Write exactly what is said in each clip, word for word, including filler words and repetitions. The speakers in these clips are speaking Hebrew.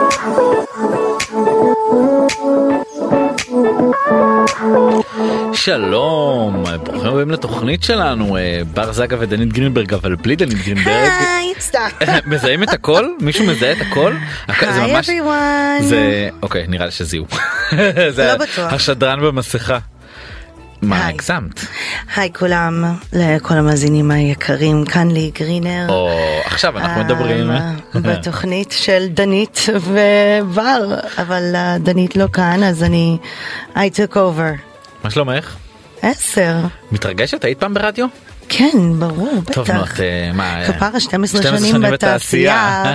שלום, ברוכים הבאים לתוכנית שלנו, בר זגה ודנית גרינברג, אבל בלי דנית גרינברג. היי, סתם. מזהים את הכל? מישהו מזהה את הכל? היי everyone. זה, אוקיי, נראה לי שזיהו. לא בטוח. השדרן במסכה. מה, הגזמת? היי כולם, לכל המאזינים היקרים, כאן לי גרינר. או, עכשיו אנחנו מדברים. בתוכנית של דנית ובר, אבל דנית לא כאן, אז אני, I took over. מה שלומך? עשר. מתרגשת? היית פעם ברדיו? כן, ברור, בטח. טוב, נות, מה... כפרה שתים עשרה שנים בתעשייה,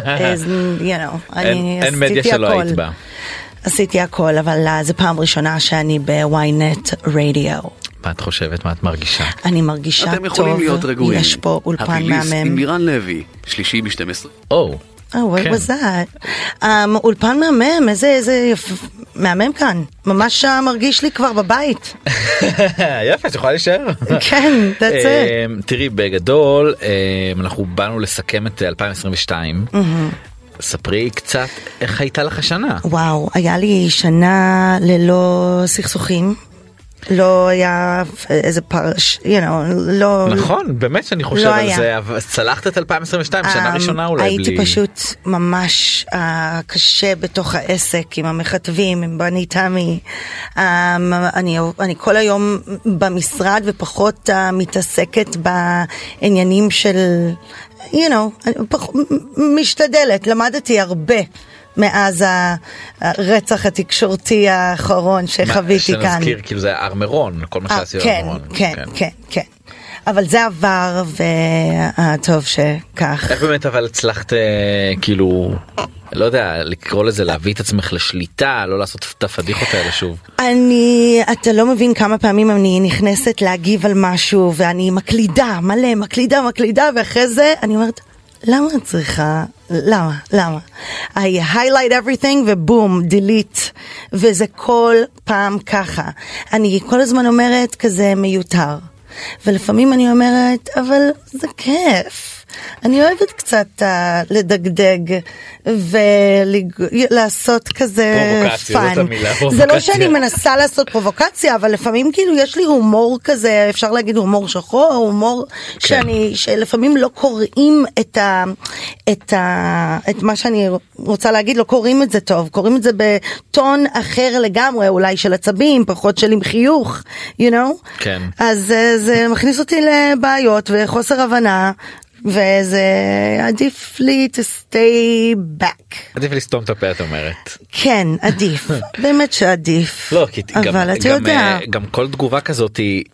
אין מדיה שלא היית בה. עשיתי הכל, אבל זו פעם ראשונה שאני ב-ynet radio. מה את חושבת? מה את מרגישה? אני מרגישה טוב. אתם יכולים להיות רגועים. יש פה אולפן מהמם. הפליליסט עם לירן לוי, שלישי ב-שתים עשרה. או. Oh, what was that? Um, אולפן מהמם, איזה, איזה יפ... מהמם כאן. ממש מרגיש לי כבר בבית. יפה, את יכולה להישאר. כן, that's it. תראי, בגדול, אנחנו באנו לסכם את אלפיים עשרים ושתיים. ספרי קצת איך הייתה לך השנה. וואו, היה לי שנה ללא סכסוכים. לא היה איזה פרש, you know, לא... נכון, באמת שאני חושב על זה, אבל צלחת את אלפיים עשרים ושתיים, שנה ראשונה אולי בלי... הייתי פשוט ממש קשה בתוך העסק, עם המכתבים, עם בני תמי. אני כל היום במשרד ופחות מתעסקת בעניינים של, you know, משתדלת, למדתי הרבה. מאז הרצח התקשורתי האחרון שחוויתי כאן. שנזכיר, כאילו זה ארמרון, כל מה שעשי ארמרון. כן, כן, כן, כן. אבל זה עבר, וטוב שכך. איך באמת אבל הצלחת, כאילו, לא יודע, לקרוא לזה, להביא את עצמך לשליטה, לא לעשות את הפדיחות האלה שוב? אני, אתה לא מבין כמה פעמים אני נכנסת להגיב על משהו, ואני מקלידה, מלא, מקלידה, מקלידה, ואחרי זה אני אומרת, למה את צריכה? למה? למה? I highlight everything ובום, delete. וזה כל פעם ככה. אני כל הזמן אומרת כזה מיותר. ולפעמים אני אומרת, אבל זה כיף. אני אוהבת קצת uh, לדגדג ולעשות כזה פאן. זה לא שאני מנסה לעשות פרובוקציה, אבל לפעמים כאילו יש לי הומור כזה, אפשר להגיד הומור שחור, הומור כן. שאני, שלפעמים לא קוראים את, ה, את, ה, את מה שאני רוצה להגיד, לא קוראים את זה טוב, קוראים את זה בטון אחר לגמרי, אולי של עצבים, פחות של עם חיוך, you know? כן. אז זה מכניס אותי לבעיות וחוסר הבנה, וזה עדיף לי to stay back. עדיף לסתום את הפה, את אומרת. כן, עדיף. באמת שעדיף. לא, כי אבל אתה יודע. גם כל תגובה כזאת היא,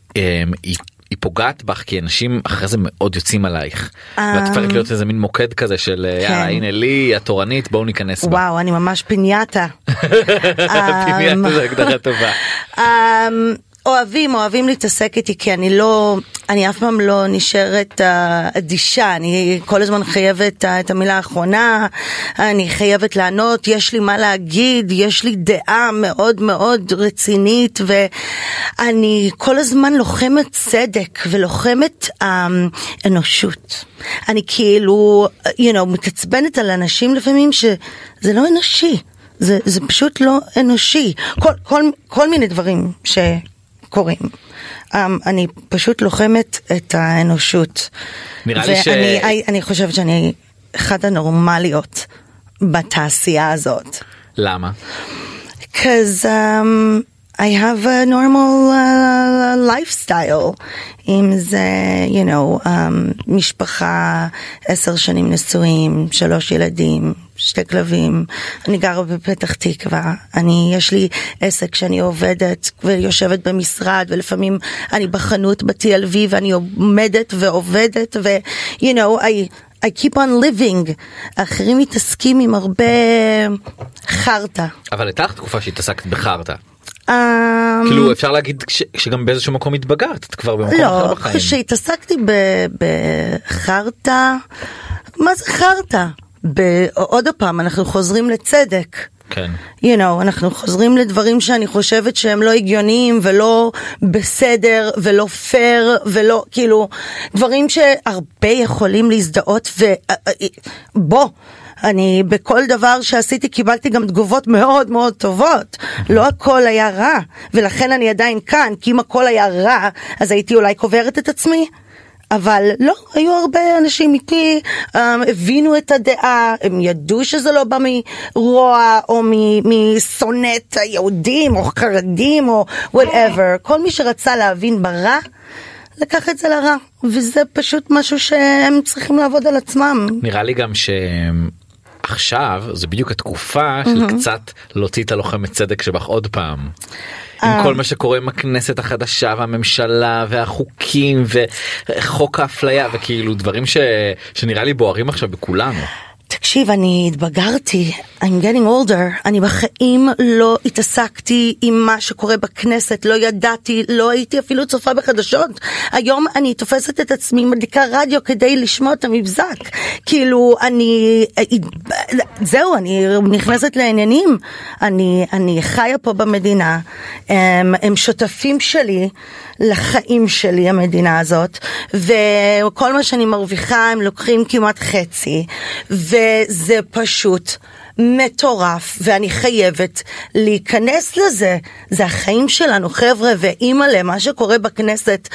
היא פוגעת בך, כי אנשים אחרי זה מאוד יוצאים עלייך. ואת תפרק להיות איזה מין מוקד כזה של, הנה לי, התורנית, בואו ניכנס בה. וואו, אני ממש פינייתה. פינייתה זה הגדרה טובה. אוהבים, אוהבים להתעסק איתי, כי אני לא, אני אף פעם לא נשארת אדישה, אני כל הזמן חייבת את המילה האחרונה, אני חייבת לענות, יש לי מה להגיד, יש לי דעה מאוד מאוד רצינית, ואני כל הזמן לוחמת צדק, ולוחמת um, אנושות. אני כאילו, you know, מתעצבנת על אנשים לפעמים שזה לא אנושי, זה, זה פשוט לא אנושי. כל, כל, כל מיני דברים ש... קוראים. Um, אני פשוט לוחמת את האנושות. נראה לי ש... ואני אני חושבת שאני אחת הנורמליות בתעשייה הזאת. למה? Because um, I have a normal uh, lifestyle. אם זה, you know, um, משפחה, עשר שנים נשואים, שלוש ילדים, שתי כלבים. אני גרה בפתח תקווה. אני, יש לי עסק שאני עובדת ויושבת במשרד, ולפעמים אני בחנות ב-טי אל וי ואני עומדת ועובדת, ו, you know, I, I keep on living. האחרים מתעסקים עם הרבה חרטה. אבל הייתה לך תקופה שהתעסקת בחרטה. כאילו אפשר להגיד שגם באיזשהו מקום התבגרת, את כבר במקום אחר בחיים. לא, כשהתעסקתי בחרטה, מה זה חרטה? עוד פעם, אנחנו חוזרים לצדק. כן. You know, אנחנו חוזרים לדברים שאני חושבת שהם לא הגיוניים ולא בסדר ולא פייר ולא, כאילו, דברים שהרבה יכולים להזדהות ובוא, אני בכל דבר שעשיתי קיבלתי גם תגובות מאוד מאוד טובות. לא הכל היה רע, ולכן אני עדיין כאן, כי אם הכל היה רע, אז הייתי אולי קוברת את עצמי. אבל לא, היו הרבה אנשים איתי, um, הבינו את הדעה, הם ידעו שזה לא בא מרוע, או מסונט היהודים, או חרדים, או whatever. כל מי שרצה להבין ברע, לקח את זה לרע, וזה פשוט משהו שהם צריכים לעבוד על עצמם. נראה לי גם שעכשיו, זה בדיוק התקופה של mm-hmm. קצת להוציא את הלוחמת צדק שבך עוד פעם. עם כל מה שקורה עם הכנסת החדשה והממשלה והחוקים וחוק האפליה וכאילו דברים ש... שנראה לי בוערים עכשיו בכולנו. תקשיב, אני התבגרתי, I'm getting older, אני בחיים לא התעסקתי עם מה שקורה בכנסת, לא ידעתי, לא הייתי אפילו צופה בחדשות. היום אני תופסת את עצמי מדליקה רדיו כדי לשמוע את המבזק. כאילו, אני, זהו, אני נכנסת לעניינים. אני, אני חיה פה במדינה, הם, הם שותפים שלי לחיים שלי, המדינה הזאת, וכל מה שאני מרוויחה הם לוקחים כמעט חצי, וזה פשוט מטורף, ואני חייבת להיכנס לזה. זה החיים שלנו, חבר'ה, ואימא למה שקורה בכנסת,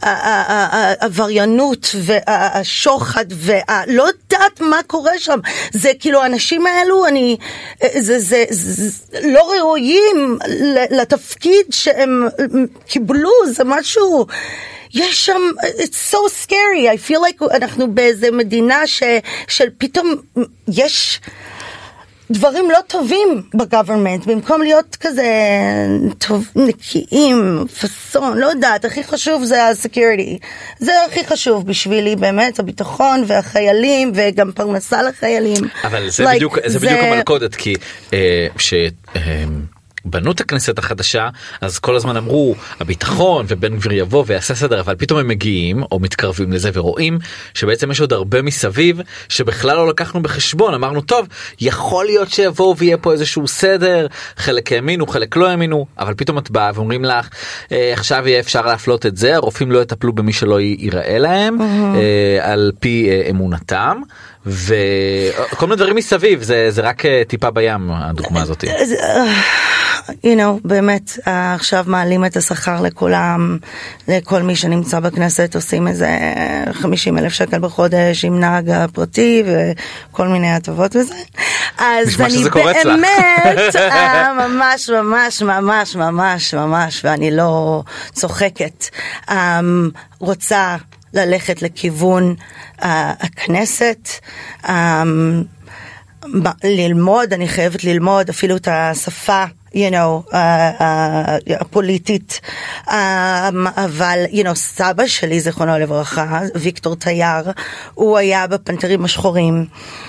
העבריינות והשוחד, ולא יודעת מה קורה שם. זה כאילו, האנשים האלו, אני, זה, זה, זה לא ראויים לתפקיד שהם קיבלו, זה משהו... יש שם, it's so scary, I feel like אנחנו באיזה מדינה ש, של פתאום יש דברים לא טובים בגוברמנט, במקום להיות כזה טוב, נקיים, פסון, לא יודעת, הכי חשוב זה ה-security, זה הכי חשוב בשבילי באמת, הביטחון והחיילים וגם פרנסה לחיילים. אבל זה like, בדיוק, זה, זה בדיוק המלכודת, כי אה, ש... אה, בנו את הכנסת החדשה, אז כל הזמן אמרו הביטחון ובן גביר יבוא ויעשה סדר, אבל פתאום הם מגיעים או מתקרבים לזה ורואים שבעצם יש עוד הרבה מסביב שבכלל לא לקחנו בחשבון. אמרנו טוב, יכול להיות שיבואו ויהיה פה איזשהו סדר, חלק האמינו, חלק לא האמינו, אבל פתאום את באה ואומרים לך עכשיו יהיה אפשר להפלות את זה, הרופאים לא יטפלו במי שלא ייראה להם על פי אמונתם, וכל מיני דברים מסביב. זה, זה רק טיפה בים הדוגמה הזאת. you know, באמת, עכשיו מעלים את השכר לכולם, לכל מי שנמצא בכנסת, עושים איזה חמישים אלף שקל בחודש עם נהג הפרטי וכל מיני הטבות וזה. אז אני באמת, ממש, ממש, ממש, ממש, ממש, ואני לא צוחקת, רוצה ללכת לכיוון הכנסת, ללמוד, אני חייבת ללמוד אפילו את השפה, you know, הפוליטית, אבל, you know, סבא שלי, זכרונו לברכה, ויקטור טייר, הוא היה בפנתרים השחורים,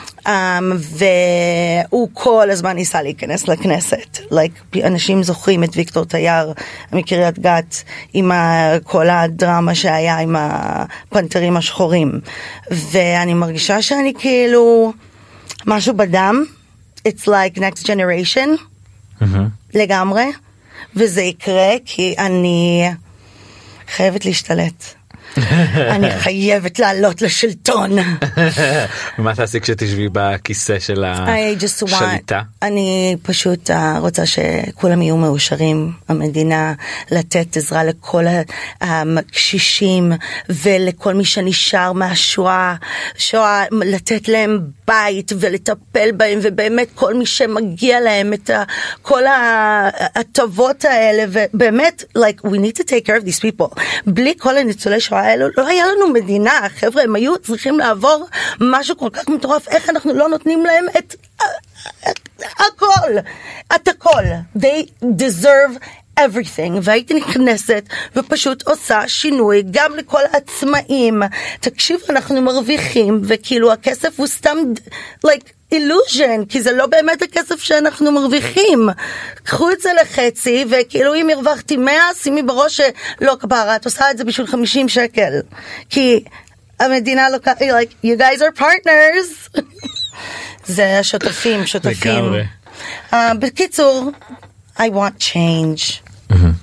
והוא כל הזמן ניסה להיכנס לכנסת. like, אנשים זוכרים את ויקטור טייר מקריית גת עם כל הדרמה שהיה עם הפנתרים השחורים, ואני מרגישה שאני כאילו משהו בדם, it's like next generation, mm-hmm. לגמרי, וזה יקרה כי אני חייבת להשתלט. אני חייבת לעלות לשלטון. מה תעשי כשתשבי בכיסא של השליטה? אני פשוט רוצה שכולם יהיו מאושרים, המדינה, לתת עזרה לכל הקשישים ולכל מי שנשאר מהשואה, שואה, לתת להם בית ולטפל בהם, ובאמת כל מי שמגיע להם את כל ההטבות האלה, ובאמת, like, we need to take care of these people. בלי כל הניצולי שואה האלו, לא היה לנו מדינה, חבר'ה, הם היו צריכים לעבור משהו כל כך מטורף, איך אנחנו לא נותנים להם את הכל, את הכל. They deserve everything, והייתי נכנסת ופשוט עושה שינוי גם לכל העצמאים. תקשיב, אנחנו מרוויחים, וכאילו הכסף הוא סתם like illusion, כי זה לא באמת הכסף שאנחנו מרוויחים. קחו את זה לחצי, וכאילו אם הרווחתי מאה, שימי בראש שלא כפרה, את עושה את זה בשביל חמישים שקל, כי המדינה לא, like, you guys are partners. זה שותפים, שותפים. לגמרי. Uh, בקיצור, I want change.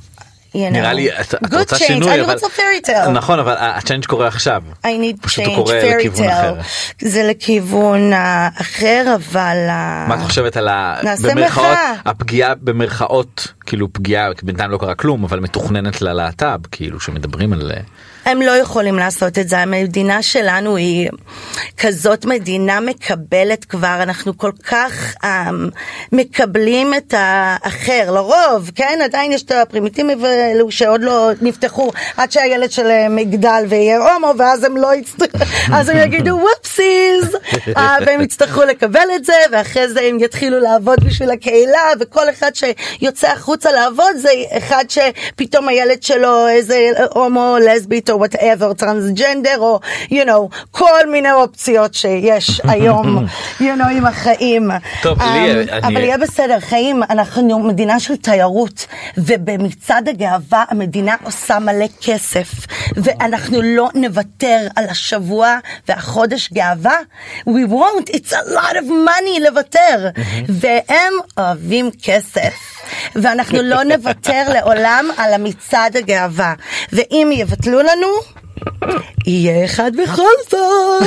נראה לי, את רוצה שינוי, אני רוצה fairy tale. נכון, אבל הצ'יינג' קורה עכשיו. I need פשוט change, הוא קורה fairy לכיוון אחר. tale. זה לכיוון אחר, אבל... מה את חושבת על במרכאות, הפגיעה במרכאות, כאילו פגיעה, בינתיים לא קרה כלום, אבל מתוכננת ללהט"ב, כאילו שמדברים על... הם לא יכולים לעשות את זה, המדינה שלנו היא כזאת מדינה מקבלת כבר, אנחנו כל כך um, מקבלים את האחר, לרוב, כן? עדיין יש את הפרימיטיבים האלו שעוד לא נפתחו, עד שהילד שלהם יגדל ויהיה הומו, ואז הם לא יצטרכו, אז הם יגידו וופסיז, uh, והם יצטרכו לקבל את זה, ואחרי זה הם יתחילו לעבוד בשביל הקהילה, וכל אחד שיוצא החוצה לעבוד, זה אחד שפתאום הילד שלו איזה הומו, לסבית, או whatever, טרנסג'נדר, או, you know, כל מיני אופציות שיש היום, you know, עם החיים. טוב, um, לי, אבל אני... יהיה בסדר, חיים, אנחנו מדינה של תיירות, ובמצד הגאווה, המדינה עושה מלא כסף, ואנחנו לא נוותר על השבוע והחודש גאווה, we won't, it's a lot of money לוותר, והם אוהבים כסף. ואנחנו לא נוותר לעולם על המצעד הגאווה, ואם יבטלו לנו יהיה אחד בכל זאת.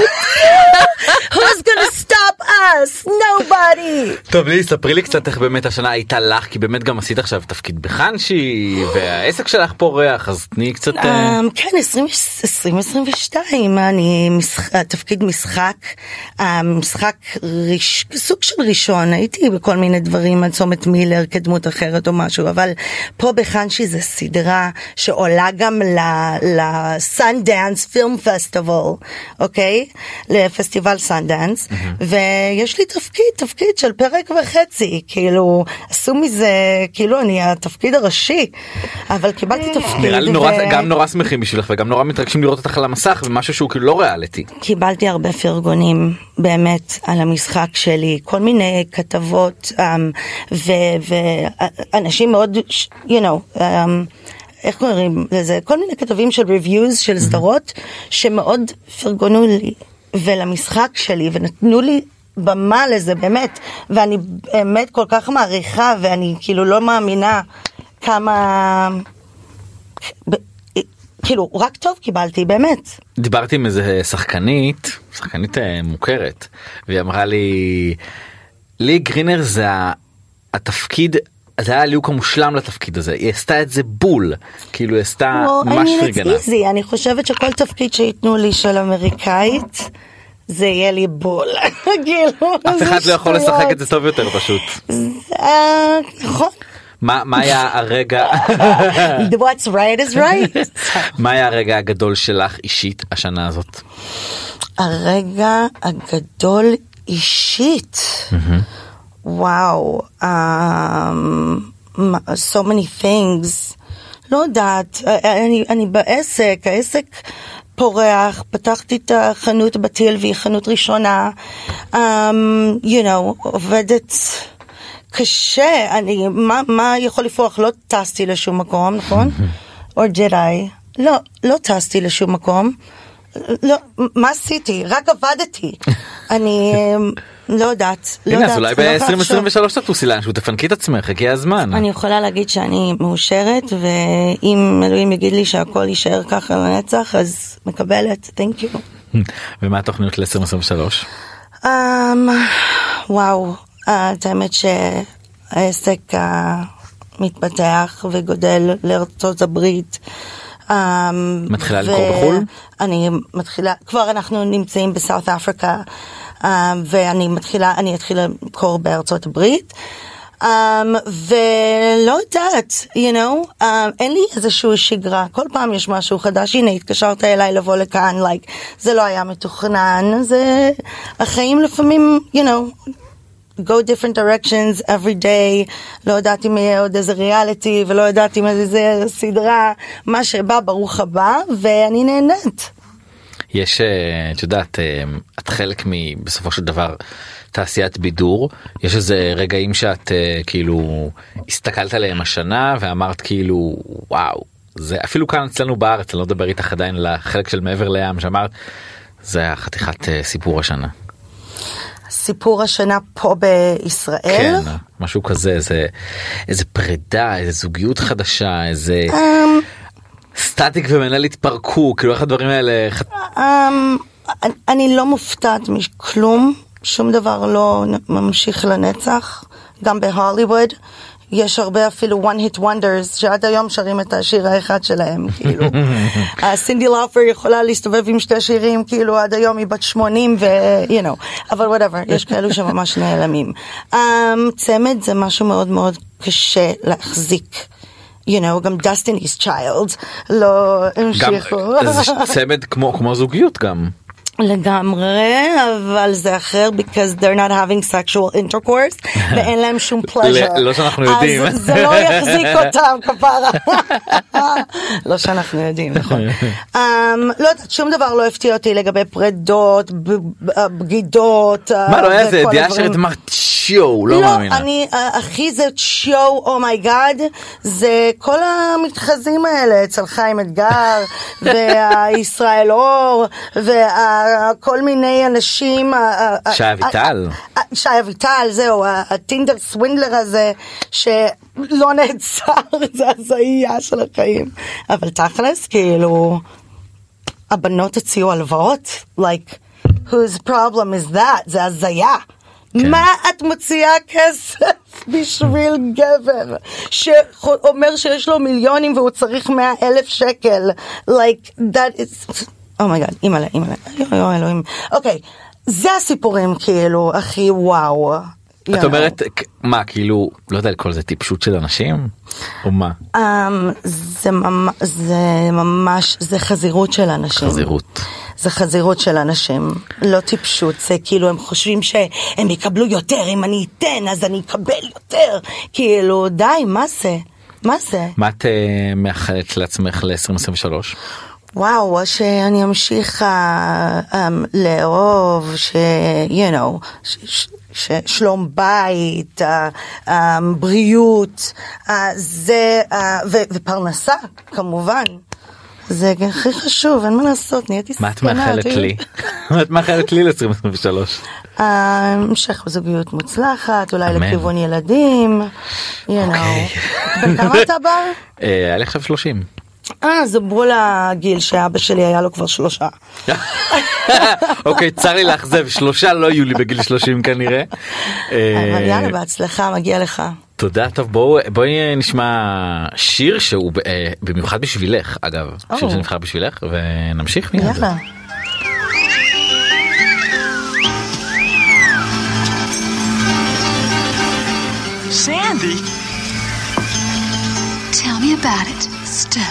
Who's gonna stop us? Nobody. טוב, לי, ספרי לי קצת איך באמת השנה הייתה לך, כי באמת גם עשית עכשיו תפקיד בחנשי, והעסק שלך פורח, אז תני קצת... כן, עשרים עשרים ושתיים, אני תפקיד משחק, משחק סוג של ראשון, הייתי בכל מיני דברים, עד צומת מילר כדמות אחרת או משהו, אבל פה בחנשי זה סדרה שעולה גם לסנדנס פילם פסטיבל, אוקיי? לפסטיבל סנדנס, ויש לי תפקיד, תפקיד של פרק וחצי, כאילו, עשו מזה, כאילו, אני התפקיד הראשי, אבל קיבלתי תפקיד. נראה לי גם נורא שמחים בשבילך, וגם נורא מתרגשים לראות אותך על המסך, ומשהו שהוא כאילו לא ריאליטי. קיבלתי הרבה פרגונים, באמת, על המשחק שלי, כל מיני כתבות, ואנשים מאוד, you know, איך קוראים לזה? כל מיני כתבים של ריוויוז של סדרות שמאוד פרגנו לי ולמשחק שלי ונתנו לי במה לזה באמת, ואני באמת כל כך מעריכה ואני כאילו לא מאמינה כמה כאילו רק טוב קיבלתי באמת. דיברתי עם איזה שחקנית, שחקנית מוכרת, והיא אמרה לי, לי גרינר זה התפקיד, זה היה ליהוק המושלם לתפקיד הזה, היא עשתה את זה בול, כאילו היא עשתה ממש פרגנה. אני חושבת שכל תפקיד שיתנו לי של אמריקאית, זה יהיה לי בול. אף אחד לא יכול לשחק את זה טוב יותר פשוט. נכון. מה היה הרגע... What's right is right. מה היה הרגע הגדול שלך אישית השנה הזאת? הרגע הגדול אישית? וואו, so many things. לא יודעת, אני, אני בעסק, העסק פורח, פתחתי את החנות בתל והיא חנות ראשונה, um, you know, עובדת קשה, אני, מה, מה יכול לפרוח? לא טסתי לשום מקום, נכון? or did I? לא, לא טסתי לשום מקום. לא, מה עשיתי? רק עבדתי. אני לא יודעת. הנה, אז אולי ב-עשרים עשרים ושלוש תטוסי לאנשהו, תפנקי את עצמך, הגיע הזמן. אני יכולה להגיד שאני מאושרת, ואם אלוהים יגיד לי שהכל יישאר ככה לנצח, אז מקבלת, thank you. ומה התוכניות ל-עשרים עשרים ושלוש? וואו, את האמת שהעסק מתפתח וגודל לארצות הברית. מתחילה לקרוא בחול? אני מתחילה, כבר אנחנו נמצאים בסאות' אפריקה, ואני מתחילה, אני אתחילה לקרוא בארצות הברית, ולא יודעת, you know, אין לי איזשהו שגרה, כל פעם יש משהו חדש, הנה התקשרת אליי לבוא לכאן, like, זה לא היה מתוכנן, זה החיים לפעמים, you know, go different directions every day, לא יודעת אם יהיה עוד איזה ריאליטי, ולא יודעת אם איזה סדרה, מה שבא ברוך הבא, ואני נהנית. יש, את יודעת, את חלק מבסופו של דבר תעשיית בידור, יש איזה רגעים שאת כאילו הסתכלת עליהם השנה, ואמרת כאילו, וואו, זה אפילו כאן אצלנו בארץ, אני לא מדבר איתך עדיין לחלק של מעבר לים, שאמרת, זה החתיכת סיפור השנה. סיפור השנה פה בישראל. כן, משהו כזה, איזה, איזה פרידה, איזה זוגיות חדשה, איזה סטטיק ומנהל התפרקו, כאילו איך הדברים האלה... אני לא מופתעת מכלום, שום דבר לא ממשיך לנצח, גם בהוליווד. יש הרבה אפילו one hit wonders שעד היום שרים את השיר האחד שלהם, כאילו. סינדי לאופר יכולה להסתובב עם שתי שירים, כאילו עד היום היא בת שמונים ו... you know, אבל whatever, יש כאלו שממש נעלמים. Um, צמד זה משהו מאוד מאוד קשה להחזיק. you know, גם Destiny's Child לא המשיכו. גם צמד כמו, כמו זוגיות גם. לגמרי, אבל זה אחר because they're not having sexual intercourse ואין להם שום pleasure. לא שאנחנו יודעים. אז זה לא יחזיק אותם כפרה. לא שאנחנו יודעים, נכון. לא יודעת, שום דבר לא הפתיע אותי לגבי פרדות, בגידות. מה, לא היה זה ידיעה שרת אמרת שואו, לא מאמינה. לא, אני, אחי זה שואו, אומייגאד, זה כל המתחזים האלה, אצל חיים אתגר, והישראל אור, וה... כל מיני אנשים, שי אביטל, שי אביטל, זהו, הטינדר סווינדלר הזה שלא נעצר, זה הזיה של החיים, אבל תכלס כאילו הבנות הציעו הלוואות, like whose problem is that, זה הזיה. מה את מוציאה כסף בשביל גבר שאומר שיש לו מיליונים והוא צריך מאה אלף שקל, like that is... אומייגאד, אימאלה, אימאלה, יואו אלוהים. אוקיי, זה הסיפורים כאילו, הכי וואו. את אומרת, מה, כאילו, לא יודע לקרוא לזה טיפשות של אנשים? או מה? זה ממש, זה חזירות של אנשים. חזירות. זה חזירות של אנשים, לא טיפשות, זה כאילו הם חושבים שהם יקבלו יותר, אם אני אתן אז אני אקבל יותר. כאילו, די, מה זה? מה זה? מה את מאחלת לעצמך ל-עשרים עשרים ושלוש? וואו, שאני אמשיך uh, um, לאהוב, ש, you know, ש, ש, ש, שלום בית, uh, um, בריאות, uh, זה, uh, ו, ופרנסה, כמובן. זה הכי חשוב, אין מה לעשות, נהייתי סכנה. מה את מאחלת לי? מה את מאחלת לי ל-עשרים עשרים ושלוש? המשך זוגיות מוצלחת, אולי לכיוון ילדים, you know. בכמה אתה בא? היה לי עכשיו שלושים. אה, זה בול הגיל שאבא שלי היה לו כבר שלושה. אוקיי, צר לי לאכזב, שלושה לא יהיו לי בגיל שלושים כנראה. אבל יאללה, בהצלחה, מגיע לך. תודה, טוב, בואי נשמע שיר שהוא במיוחד בשבילך, אגב, שיר שנבחר בשבילך, ונמשיך מיד. יאללה. Sandy, tell me about it, stud.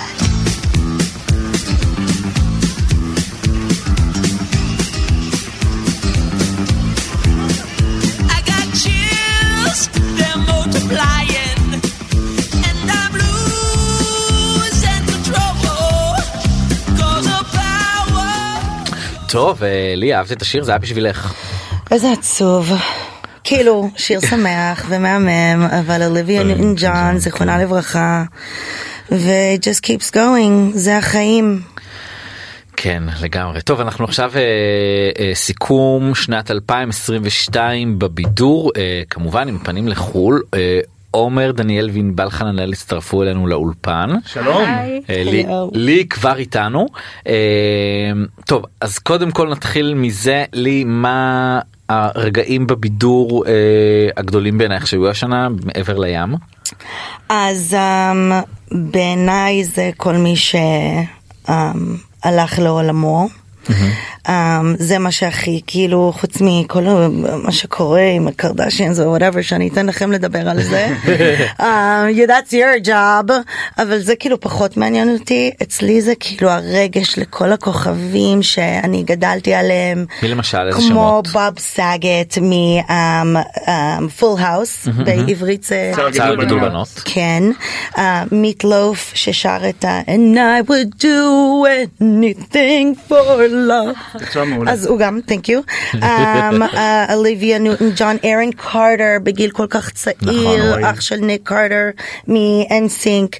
I got chills, they're multiplying, and I'm losing control, cause of power. טוב, לי אהבת את השיר, זה היה בשבילך. איזה עצוב. כאילו, שיר שמח ומהמם, אבל אוליביה ניוטון ג'ון, זיכרונה לברכה, ו- it just keeps going, זה החיים. כן, לגמרי. טוב, אנחנו עכשיו אה, אה, סיכום שנת אלפיים עשרים ושתיים בבידור, אה, כמובן עם פנים לחול. אה, עומר, דניאל וענבל חננאל הצטרפו אלינו לאולפן. שלום. אה, לי, לי כבר איתנו. אה, טוב, אז קודם כל נתחיל מזה, לי מה... הרגעים בבידור אה, הגדולים בעינייך שהיו השנה מעבר לים? אז um, בעיניי זה כל מי שהלך um, לעולמו. Mm-hmm. Um, זה מה שהכי, כאילו, חוץ מכל מה שקורה עם הקרדשיאנס או whatever, שאני אתן לכם לדבר על זה. um, yeah, that's your job. אבל זה כאילו פחות מעניין אותי. אצלי זה כאילו הרגש לכל הכוכבים שאני גדלתי עליהם. מי למשל, איזה שמות? כמו בוב סאגט מפול האוס, בעברית זה... צער גידול בנות. כן. מיט לוף ששר את ה... And I would do anything for שלו. אז הוא גם, thank you. אוליביה ניוטון ג'ון, ארון קארטר בגיל כל כך צעיר, אח של ניק קארטר מ-אן סינק,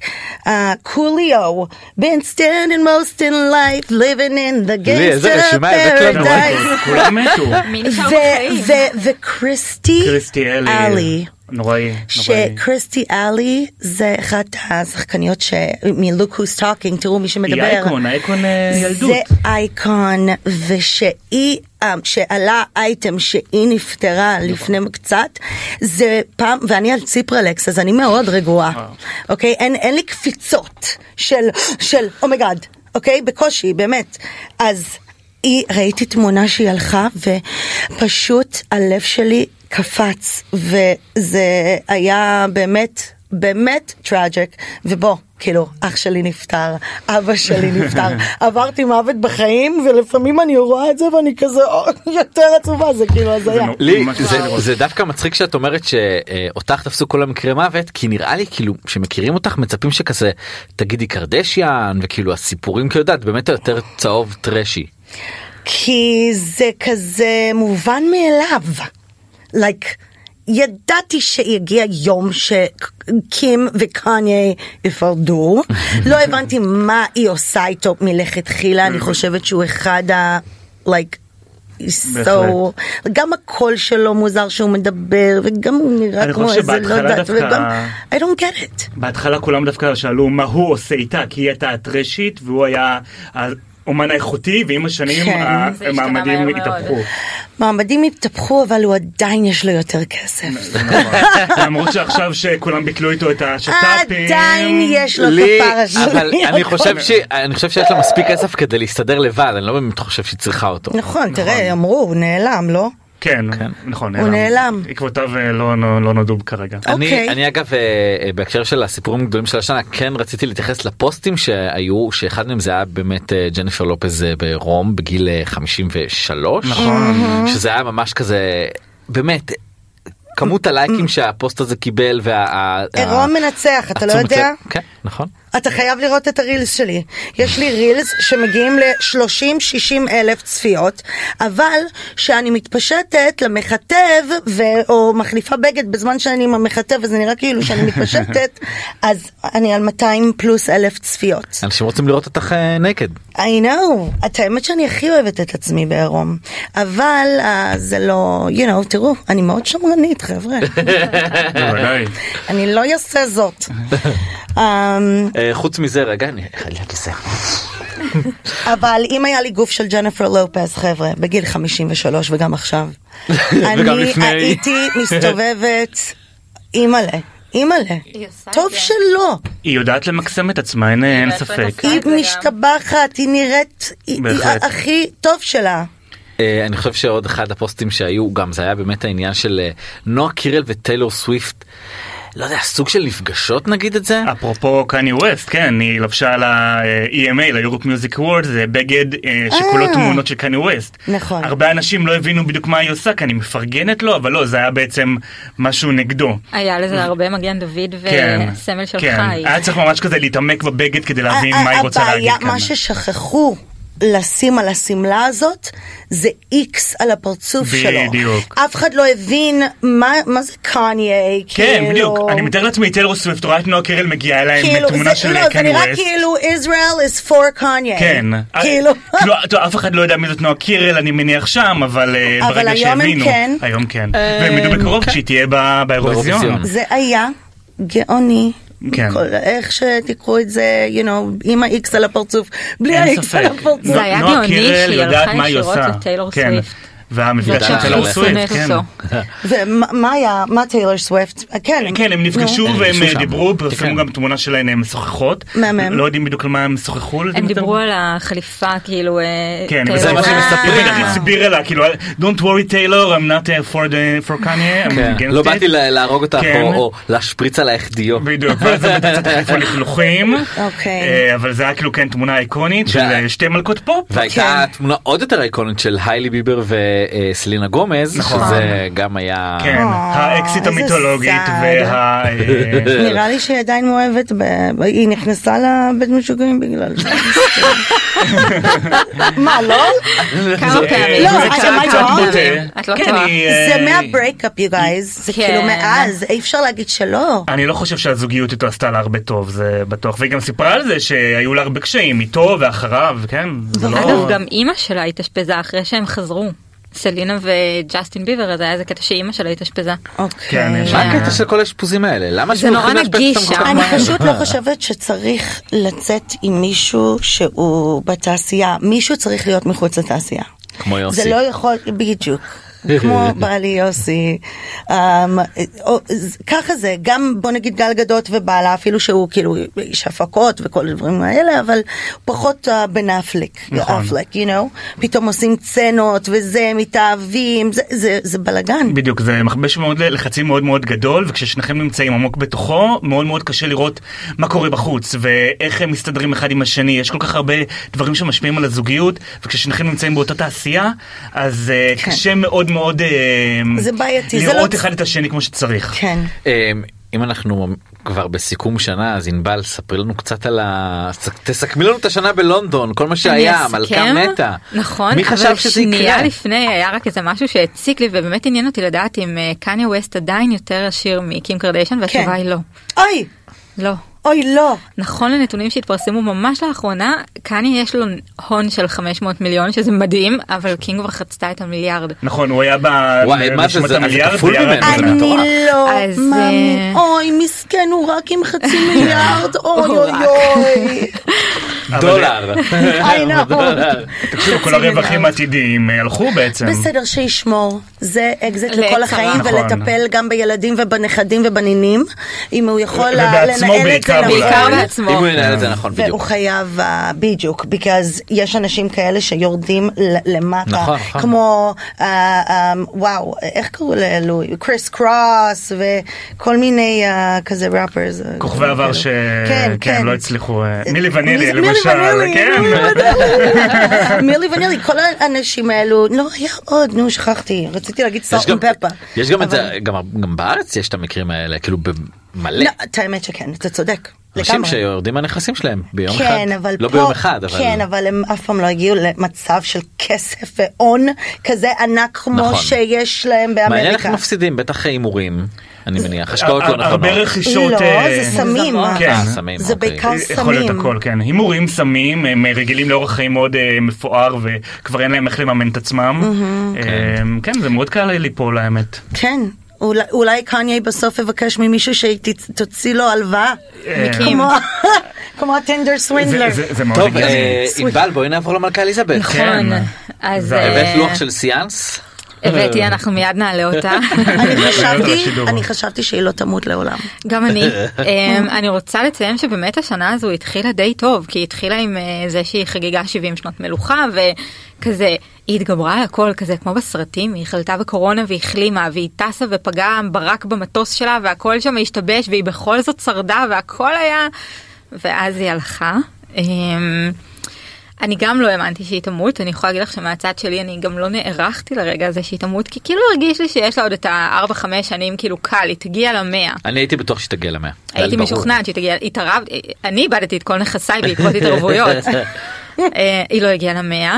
קוליו, been standing most in life, living in the gangster paradise. כולם מתו. מי נשאר בחיים? וקריסטי קריסטי אלי. אלי. נוראי, נוראי. שקריסטי אלי זה אחת השחקניות מ-Look Who's Talking, תראו מי שמדבר. היא אייקון, אייקון ילדות. זה אייקון, ושהיא, שעלה אייטם שהיא נפטרה לפני קצת, זה פעם, ואני על ציפרלקס, אז אני מאוד רגועה. אוקיי? אין, אין לי קפיצות של, של, אומייגאד, אוקיי? בקושי, באמת. אז היא, ראיתי תמונה שהיא הלכה, ופשוט הלב שלי קפץ, וזה היה באמת, באמת טראג'יק, ובוא, כאילו, אח שלי נפטר, אבא שלי נפטר, עברתי מוות בחיים, ולפעמים אני רואה את זה, ואני כזה יותר עצובה, זה כאילו, אז היה. לי, זה דווקא מצחיק שאת אומרת שאותך תפסו כל המקרה מוות, כי נראה לי כאילו, שמכירים אותך, מצפים שכזה, תגידי קרדשיאן, וכאילו הסיפורים, כי יודעת, באמת יותר צהוב טרשי. כי זה כזה מובן מאליו. like, ידעתי שיגיע יום שקים וקניה יפרדו, לא הבנתי מה היא עושה איתו מלכתחילה, אני חושבת שהוא אחד ה... like, so, גם הקול שלו מוזר שהוא מדבר, וגם הוא נראה כמו איזה לא יודעת, וגם, I don't get it. בהתחלה כולם דווקא שאלו מה הוא עושה איתה, כי היא הייתה הטרשית, והוא היה... אומן איכותי, ועם השנים המעמדים התהפכו. מעמדים התהפכו, אבל הוא עדיין יש לו יותר כסף. למרות שעכשיו שכולם ביטלו איתו את השטאפים. עדיין יש לו כפרה שלי. אבל אני חושב שיש לה מספיק כסף כדי להסתדר לבד, אני לא באמת חושב שהיא צריכה אותו. נכון, תראה, אמרו, הוא נעלם, לא? כן, נכון, הוא נעלם. עקבותיו לא נודעו כרגע. אני אגב, בהקשר של הסיפורים הגדולים של השנה, כן רציתי להתייחס לפוסטים שהיו, שאחד מהם זה היה באמת ג'ניפר לופז ברום, בגיל חמישים ושלוש, שזה היה ממש כזה, באמת, כמות הלייקים שהפוסט הזה קיבל, רום מנצח, אתה לא יודע? כן, נכון. אתה חייב לראות את הרילס שלי. יש לי רילס שמגיעים ל-שלושים שישים אלף צפיות, אבל שאני מתפשטת למחטב, או מחליפה בגד בזמן שאני עם המחטב, וזה נראה כאילו שאני מתפשטת, אז אני על מאתיים פלוס אלף צפיות. אנשים רוצים לראות אותך נקד. I know. את האמת שאני הכי אוהבת את עצמי בעירום. אבל זה לא, you know, תראו, אני מאוד שמרנית, חבר'ה. אני לא אעשה זאת. חוץ מזה, רגע, אני חייב לכיסא. אבל אם היה לי גוף של ג'ניפר לופז, חבר'ה, בגיל חמישים ושלוש וגם עכשיו, אני הייתי מסתובבת אימא'לה, אימא'לה, טוב שלא. היא יודעת למקסם את עצמה, אין ספק. היא משתבחת, היא נראית הכי טוב שלה. אני חושב שעוד אחד הפוסטים שהיו, גם זה היה באמת העניין של נועה קירל וטיילור סוויפט, לא יודע, סוג של נפגשות נגיד את זה? אפרופו קניה ווסט, כן, היא לבשה ל-אי אם איי, ל-Europe Music Awards, זה בגד שכולו תמונות של קניה ווסט. נכון. הרבה אנשים לא הבינו בדיוק מה היא עושה, כי אני מפרגנת לו, אבל לא, זה היה בעצם משהו נגדו. היה לזה הרבה מגן דוד וסמל של חי. כן, היה צריך ממש כזה להתעמק בבגד כדי להבין מה היא רוצה להגיד כאן. מה ששכחו לשים על הסמלה הזאת זה איקס על הפרצוף שלו. בדיוק. אף אחד לא הבין מה, מה זה קניה. כן, כאילו... בדיוק. אני מתאר לעצמי טיילור סוויפט, רואה את נועה קירל מגיעה אליי עם תמונה של קניה ווסט. זה נראה כאילו Israel is for Kanye. כן. כאילו. אף אחד לא יודע מי זאת נועה קירל, אני מניח שם, אבל ברגע שהבינו. כן. היום כן. והם ידעו בקרוב שהיא תהיה באירוויזיון. זה היה גאוני. כן. איך שתקחו את זה, you know, עם ה-X על הפרצוף, בלי ה-X על הפרצוף. זה היה גאוני שהיא הלכה ישירות לטיילור סוויפט. והמפגש של טיילור סוויפט, כן. ומה היה, מה טיילור סוויפט? כן. כן, הם נפגשו והם דיברו, פרסמו גם תמונה שלהן, הן משוחחות. מהמם. לא יודעים בדיוק על מה הם שוחחו. הם דיברו על החליפה, כאילו... כן, זה מה שהם מספרים. היא הסבירה לה, כאילו, Don't worry Taylor, I'm not for Kanye. לא באתי להרוג אותך או להשפריץ על האחדיות. בדיוק, ואז זה קצת איפה לכלוכים. אבל זה היה כאילו כן תמונה איקונית של שתי מלכות פופ. והייתה תמונה עוד יותר איקונית של היילי ביבר סלינה גומז, שזה גם היה... כן, האקסיט המיתולוגית וה... נראה לי שהיא עדיין מאוהבת, היא נכנסה לבית משוגעים בגלל זה. מה, לא? כמה פעמים. לא, זה I- קצת am I קצת wrong? בוטה. את לא כן, טועה. אני, זה אה, מהברייקאפ, you guys. זה כן. כאילו מאז, אי אפשר להגיד שלא. אני לא חושב שהזוגיות איתו עשתה לה הרבה טוב, זה בטוח. והיא גם סיפרה על זה שהיו לה הרבה קשיים איתו ואחריו, כן? זה לא... אגב, גם אימא שלה התאשפזה אחרי שהם חזרו. סלינה וג'סטין ביבר, אז היה איזה קטע שאימא שלה התאשפזה. אוקיי. כן, יש- מה הקטע של כל האשפוזים האלה? למה זה נורא נגיש שם. אני פשוט לא חושבת שצריך לצאת עם מישהו שהוא בתעשייה. מישהו צריך להיות מחוץ לתעשייה. כמו יוסי. זה לא יכול, בדיוק. כמו בעלי יוסי. Um, או, ז- ככה זה, גם בוא נגיד גל גדות ובעלה, אפילו שהוא כאילו איש הפקות וכל הדברים האלה, אבל פחות uh, בנפליק, נכון. אפליק, you know? פתאום עושים צנות וזה, מתאהבים, זה, זה, זה בלגן. בדיוק, זה מכבש מאוד לחצים מאוד מאוד גדול, וכששניכם נמצאים עמוק בתוכו, מאוד מאוד קשה לראות מה קורה בחוץ, ואיך הם מסתדרים אחד עם השני. יש כל כך הרבה דברים שמשפיעים על הזוגיות, וכששניכם נמצאים באותה תעשייה, אז uh, כן. קשה מאוד מאוד uh, זה בעייתי, זה לראות לא- אחד את השני כמו שצריך. כן. אם אנחנו כבר בסיכום שנה, אז ענבל, ספרי לנו קצת על ה... תסכמי לנו את השנה בלונדון, כל מה שהיה, מלכה מתה. נכון, מי חשב שזה יקרה? שנייה לפני היה רק איזה משהו שהציק לי, ובאמת עניין אותי לדעת אם קניה ווסט עדיין יותר עשיר מקים קרדיישן, והתשובה היא לא. אוי, לא. אוי לא. נכון לנתונים שהתפרסמו ממש לאחרונה, קניה יש לו הון של חמש מאות מיליון, שזה מדהים, אבל קינג כבר חצתה את המיליארד. נכון, הוא היה וואי, מה זה, ברשימת זה המיליארד, כפול וירד. ממנו, זה אני מטורף. לא אז, מאמין, אה, אוי מסכן הוא רק עם חצי מיליארד, אוי הוא אוי רק. אוי. דולר. I know. תקשיבו, כל הרווחים העתידיים אה, הלכו בעצם. בסדר שישמור, זה אקזיט לעת לכל צרה. החיים נכון. ולטפל גם בילדים ובנכדים ובנינים, אם הוא יכול ובעצמו לנהל את זה בעיקר נכון. אולי. בעיקר בעצמו. אם הוא ינהל את זה נכון, והוא בדיוק. חייב, uh, בדיוק, because יש אנשים כאלה שיורדים ל- למטה, נכון, נכון. כמו, uh, um, וואו, איך קראו לאלו? קריס קרוס וכל מיני uh, כזה ראפרס. כוכבי עבר ש... כן, כן, כן. לא הצליחו. אה, מילי ונילי מילי למשל. ונילי, כן. מילי ונילי. מילי ונילי, כל האנשים האלו, לא, היה עוד, נו, שכחתי, רציתי להגיד יש סalt גם- and pepper. יש גם את זה, אבל- גם גם בארץ יש את המקרים האלה, כאילו במלא. לא, את האמת שכן, אתה צודק. אנשים לגמרי. שיורדים מהנכסים שלהם ביום אחד. כן, אבל לא פה, ביום אחד, אבל... כן, אבל הם אף פעם לא הגיעו למצב של כסף והון כזה ענק כמו נכון. שיש להם מעניין איך באמריקה. מפסידים, בטח הימורים, אני מניח, השקעות לא הר- הרבה נכונות. רכישות... לא, אה, זה סמים. כן. אה, סמים, זה אוקיי. בעיקר יכול להיות סמים. הכל, כן. הימורים, סמים, הם רגילים לאורח חיים מאוד אה, מפואר, וכבר אין להם איך לממן את עצמם. אה, כן, זה מאוד קל ליפול, האמת. כן. אולי, אולי קניה בסוף יבקש ממישהו שתוציא לו הלוואה. מקים. כמו, כמו הטנדר סווינדלר. זה- זה זה מאוד טוב, הגיוני. אה, ענבל, בואי נעבור למלכה אליזבת. נכון. כן. אז זה- אה, הבאת לוח של סיאנס? הבאתי, אנחנו מיד נעלה אותה. אני חשבתי, לשידור. אני חשבתי שהיא לא תמות לעולם. גם אני. אמ, אני רוצה לציין שבאמת השנה הזו התחילה די טוב, כי היא התחילה עם אה, זה שהיא חגיגה שבעים שנות מלוכה, וכזה, היא התגברה על הכל, כזה כמו בסרטים, היא חלתה בקורונה והחלימה, והיא טסה ופגעה ברק במטוס שלה, והכל שם השתבש, והיא בכל זאת שרדה, והכל היה, ואז היא הלכה. אמ, אני גם לא האמנתי שהיא תמות, אני יכולה להגיד לך שמהצד שלי אני גם לא נערכתי לרגע הזה שהיא תמות, כי כאילו הרגיש לי שיש לה עוד את הארבע חמש שנים כאילו קל, היא תגיע למאה. אני הייתי בטוח שתגיע למאה. הייתי משוכנעת שהיא תגיע, התערב, אני איבדתי את כל נכסיי בעקבות התערבויות. אה, היא לא הגיעה למאה,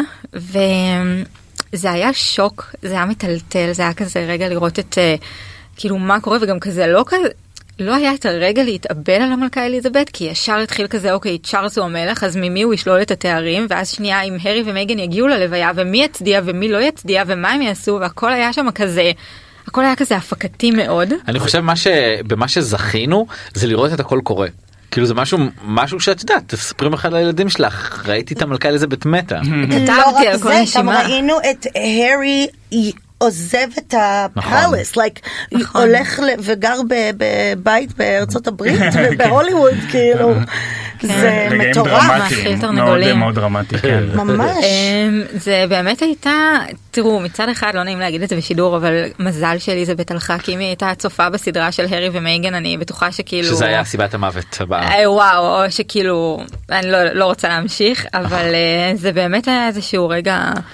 וזה היה שוק, זה היה מטלטל, זה היה כזה רגע לראות את אה, כאילו מה קורה, וגם כזה לא כזה, לא היה את הרגע להתאבל על המלכה אליזבת, כי ישר התחיל כזה, אוקיי, צ'ארלס הוא המלך, אז ממי הוא ישלול את התארים, ואז שנייה, אם הרי ומייגן יגיעו ללוויה, ומי יצדיע ומי לא יצדיע, ומה הם יעשו, והכל היה שם כזה, הכל היה כזה הפקתי מאוד. אני חושב מה ש... במה שזכינו זה לראות את הכל קורה. כאילו זה משהו, משהו שאת יודעת, תספרים אחד לילדים שלך, ראיתי את המלכה אליזבת מתה. כתבתי לא על רק כל זה, גם נשימה. ראינו את הארי עוזב את הפלס, like, הולך ל- וגר ב- בבית בארצות הברית ובהוליווד, כאילו, זה רגעים מטורף, דרמטיים, מאכיל מאוד תרנגולים. מאוד דרמטי, כן. ממש. אמ, זה באמת הייתה, תראו, מצד אחד לא נעים להגיד את זה בשידור, אבל מזל שאליזבת הלכה, כי אם היא הייתה צופה בסדרה של הארי ומייגן, אני בטוחה שכאילו... שזה היה סיבת המוות הבאה. אה, וואו, או שכאילו, אני לא, לא רוצה להמשיך, אבל אה, זה באמת היה איזשהו רגע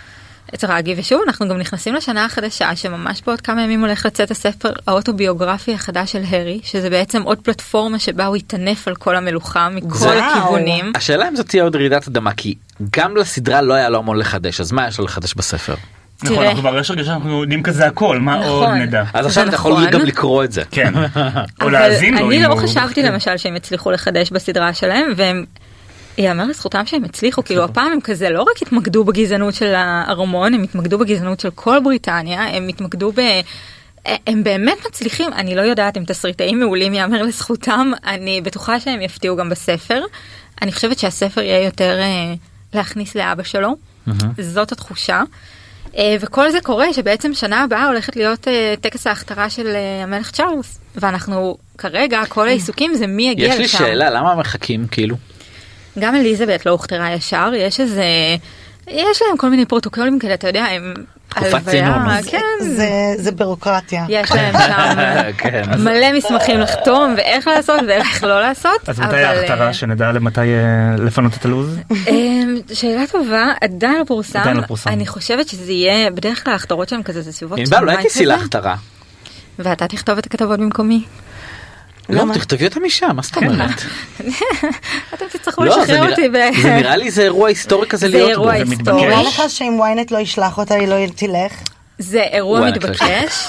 טרגי, ושוב אנחנו גם נכנסים לשנה החדשה שממש בעוד כמה ימים הולך לצאת הספר האוטוביוגרפי החדש של הרי, שזה בעצם עוד פלטפורמה שבה הוא יתענף על כל המלוכה מכל וואו. הכיוונים. השאלה אם זאת תהיה עוד רעידת אדמה, כי גם לסדרה לא היה לו המון לחדש, אז מה יש לו לחדש בספר? נכון, תראה. אנחנו כבר יש רגע שאנחנו יודעים כזה הכל, מה נכון. עוד נדע? אז זה עכשיו אתה יכול נכון. גם לקרוא את זה. כן. או אבל להאזין לו. אני אם לא הוא- חשבתי למשל שהם הצליחו לחדש בסדרה שלהם, והם, יאמר לזכותם שהם הצליחו, כאילו הפעם הם כזה לא רק התמקדו בגזענות של הארמון, הם התמקדו בגזענות של כל בריטניה, הם התמקדו ב... הם באמת מצליחים, אני לא יודעת אם תסריטאים מעולים יאמר לזכותם, אני בטוחה שהם יפתיעו גם בספר. אני חושבת שהספר יהיה יותר אה, להכניס לאבא שלו, זאת התחושה. אה, וכל זה קורה שבעצם שנה הבאה הולכת להיות אה, טקס ההכתרה של אה, המלך צ'ארלס, ואנחנו כרגע, כל העיסוקים זה מי יגיע יש לשם. לי שאלה, למה מחכים כאילו? גם אליזבת לא הוכתרה ישר, יש איזה, יש להם כל מיני פרוטוקולים כאלה, אתה יודע, הם... תקופת הלוויה, צינון. כן, זה- זה בירוקרטיה. יש להם שם כן. מלא מסמכים לחתום, ואיך לעשות ואיך לא לעשות. אז מתי אבל, ההכתרה שנדע למתי אה, לפנות את הלו"ז? אמ, שאלה טובה, עדיין לא פורסם. עדיין לא פורסם. אני חושבת שזה יהיה, בדרך כלל ההכתרות שלהם כזה, זה סביבות ענבל, אולי מאי תעשי כזה. להכתרה. ואתה תכתוב את הכתבות במקומי. לא, למה? תכתבי אותה משם, מה זאת אומרת? אתם תצטרכו לא, זה לשחרר נראה- אותי. ב- זה נראה לי זה אירוע היסטורי כזה זה להיות בו. אירוע זה היסטורי. נראה מתבקש. לך שאם ynet לא ישלח אותה היא לא תלך? זה אירוע וואי, מתבקש.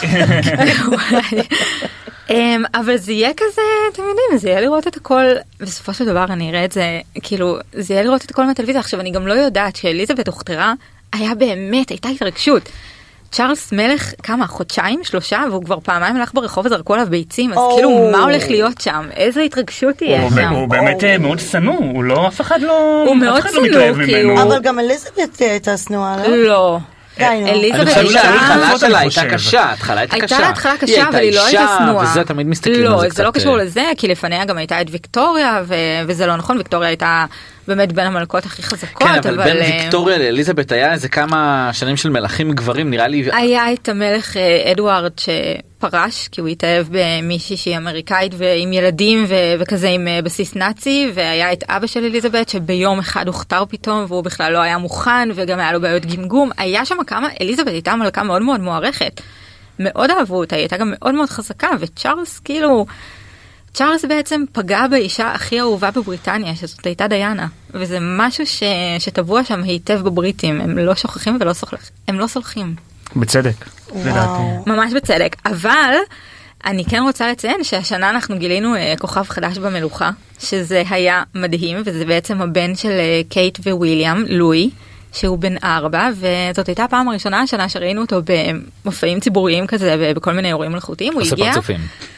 אמ, אבל זה יהיה כזה, אתם יודעים, זה יהיה לראות את הכל, בסופו של דבר אני אראה את זה, כאילו, זה יהיה לראות את הכל מהטלוויזיה. עכשיו, אני גם לא יודעת שאליזבת הוכתרה, היה באמת, הייתה התרגשות. צ'ארלס מלך, כמה, חודשיים, שלושה, והוא כבר פעמיים הלך ברחוב וזרקו עליו ביצים, אז או. כאילו, מה הולך להיות שם? איזה התרגשות תהיה הוא- שם? הוא באמת אה, מאוד שנוא, הוא לא, אף אחד לא... הוא אף מאוד אחד לא שנוא, מתלהב כי ממנו. הוא- אבל גם אליזבת הייתה שנואה, לא? לא. די, נו. אני אליזבת חושב הייתה... שההתחלה אני שלה הייתה חושב. קשה, ההתחלה הייתה קשה. הייתה להתחלה היא קשה, אבל היא לא הייתה אישה, שנואה. וזה תמיד מסתכלים על לא, זה זה לא קצת, קשור אה, לזה, כי לפניה גם הייתה את ויקטוריה, ו- וזה לא נכון, ויקטוריה הייתה באמת בין המלכות הכי חזקות, כן, אבל בין אה, ויקטוריה לאליזבת היה איזה כמה שנים של מלכים גברים, נראה לי... היה את המלך אה, אדוארד שפרש, כי הוא התאהב במישהי שהיא אמריקאית ועם ילדים ו- וכזה עם אה, בסיס נאצי, והיה את אבא של אליזבת שביום אחד הוכתר פתאום, והוא בכלל לא היה מוכן, וגם היה לו בעיות גמגום. היה שם כמה, אליזבת הייתה מלכה מאוד מאוד מוערכת. מאוד אהבו אותה, היא הייתה גם מאוד מאוד חזקה, וצ'ארלס כאילו... צ'ארלס בעצם פגע באישה הכי אהובה בבריטניה, שזאת הייתה דיאנה, וזה משהו ש... שטבוע שם היטב בבריטים, הם לא שוכחים ולא סולחים, הם לא סולחים, בצדק, לדעתי. וואו. ממש בצדק, אבל אני כן רוצה לציין שהשנה אנחנו גילינו אה, כוכב חדש במלוכה, שזה היה מדהים, וזה בעצם הבן של אה, קייט וויליאם, לואי, שהוא בן ארבע, וזאת הייתה הפעם הראשונה השנה שראינו אותו במופעים ציבוריים כזה, ובכל מיני אירועים מלאכותיים, הוא עושה הגיע... פרצופים.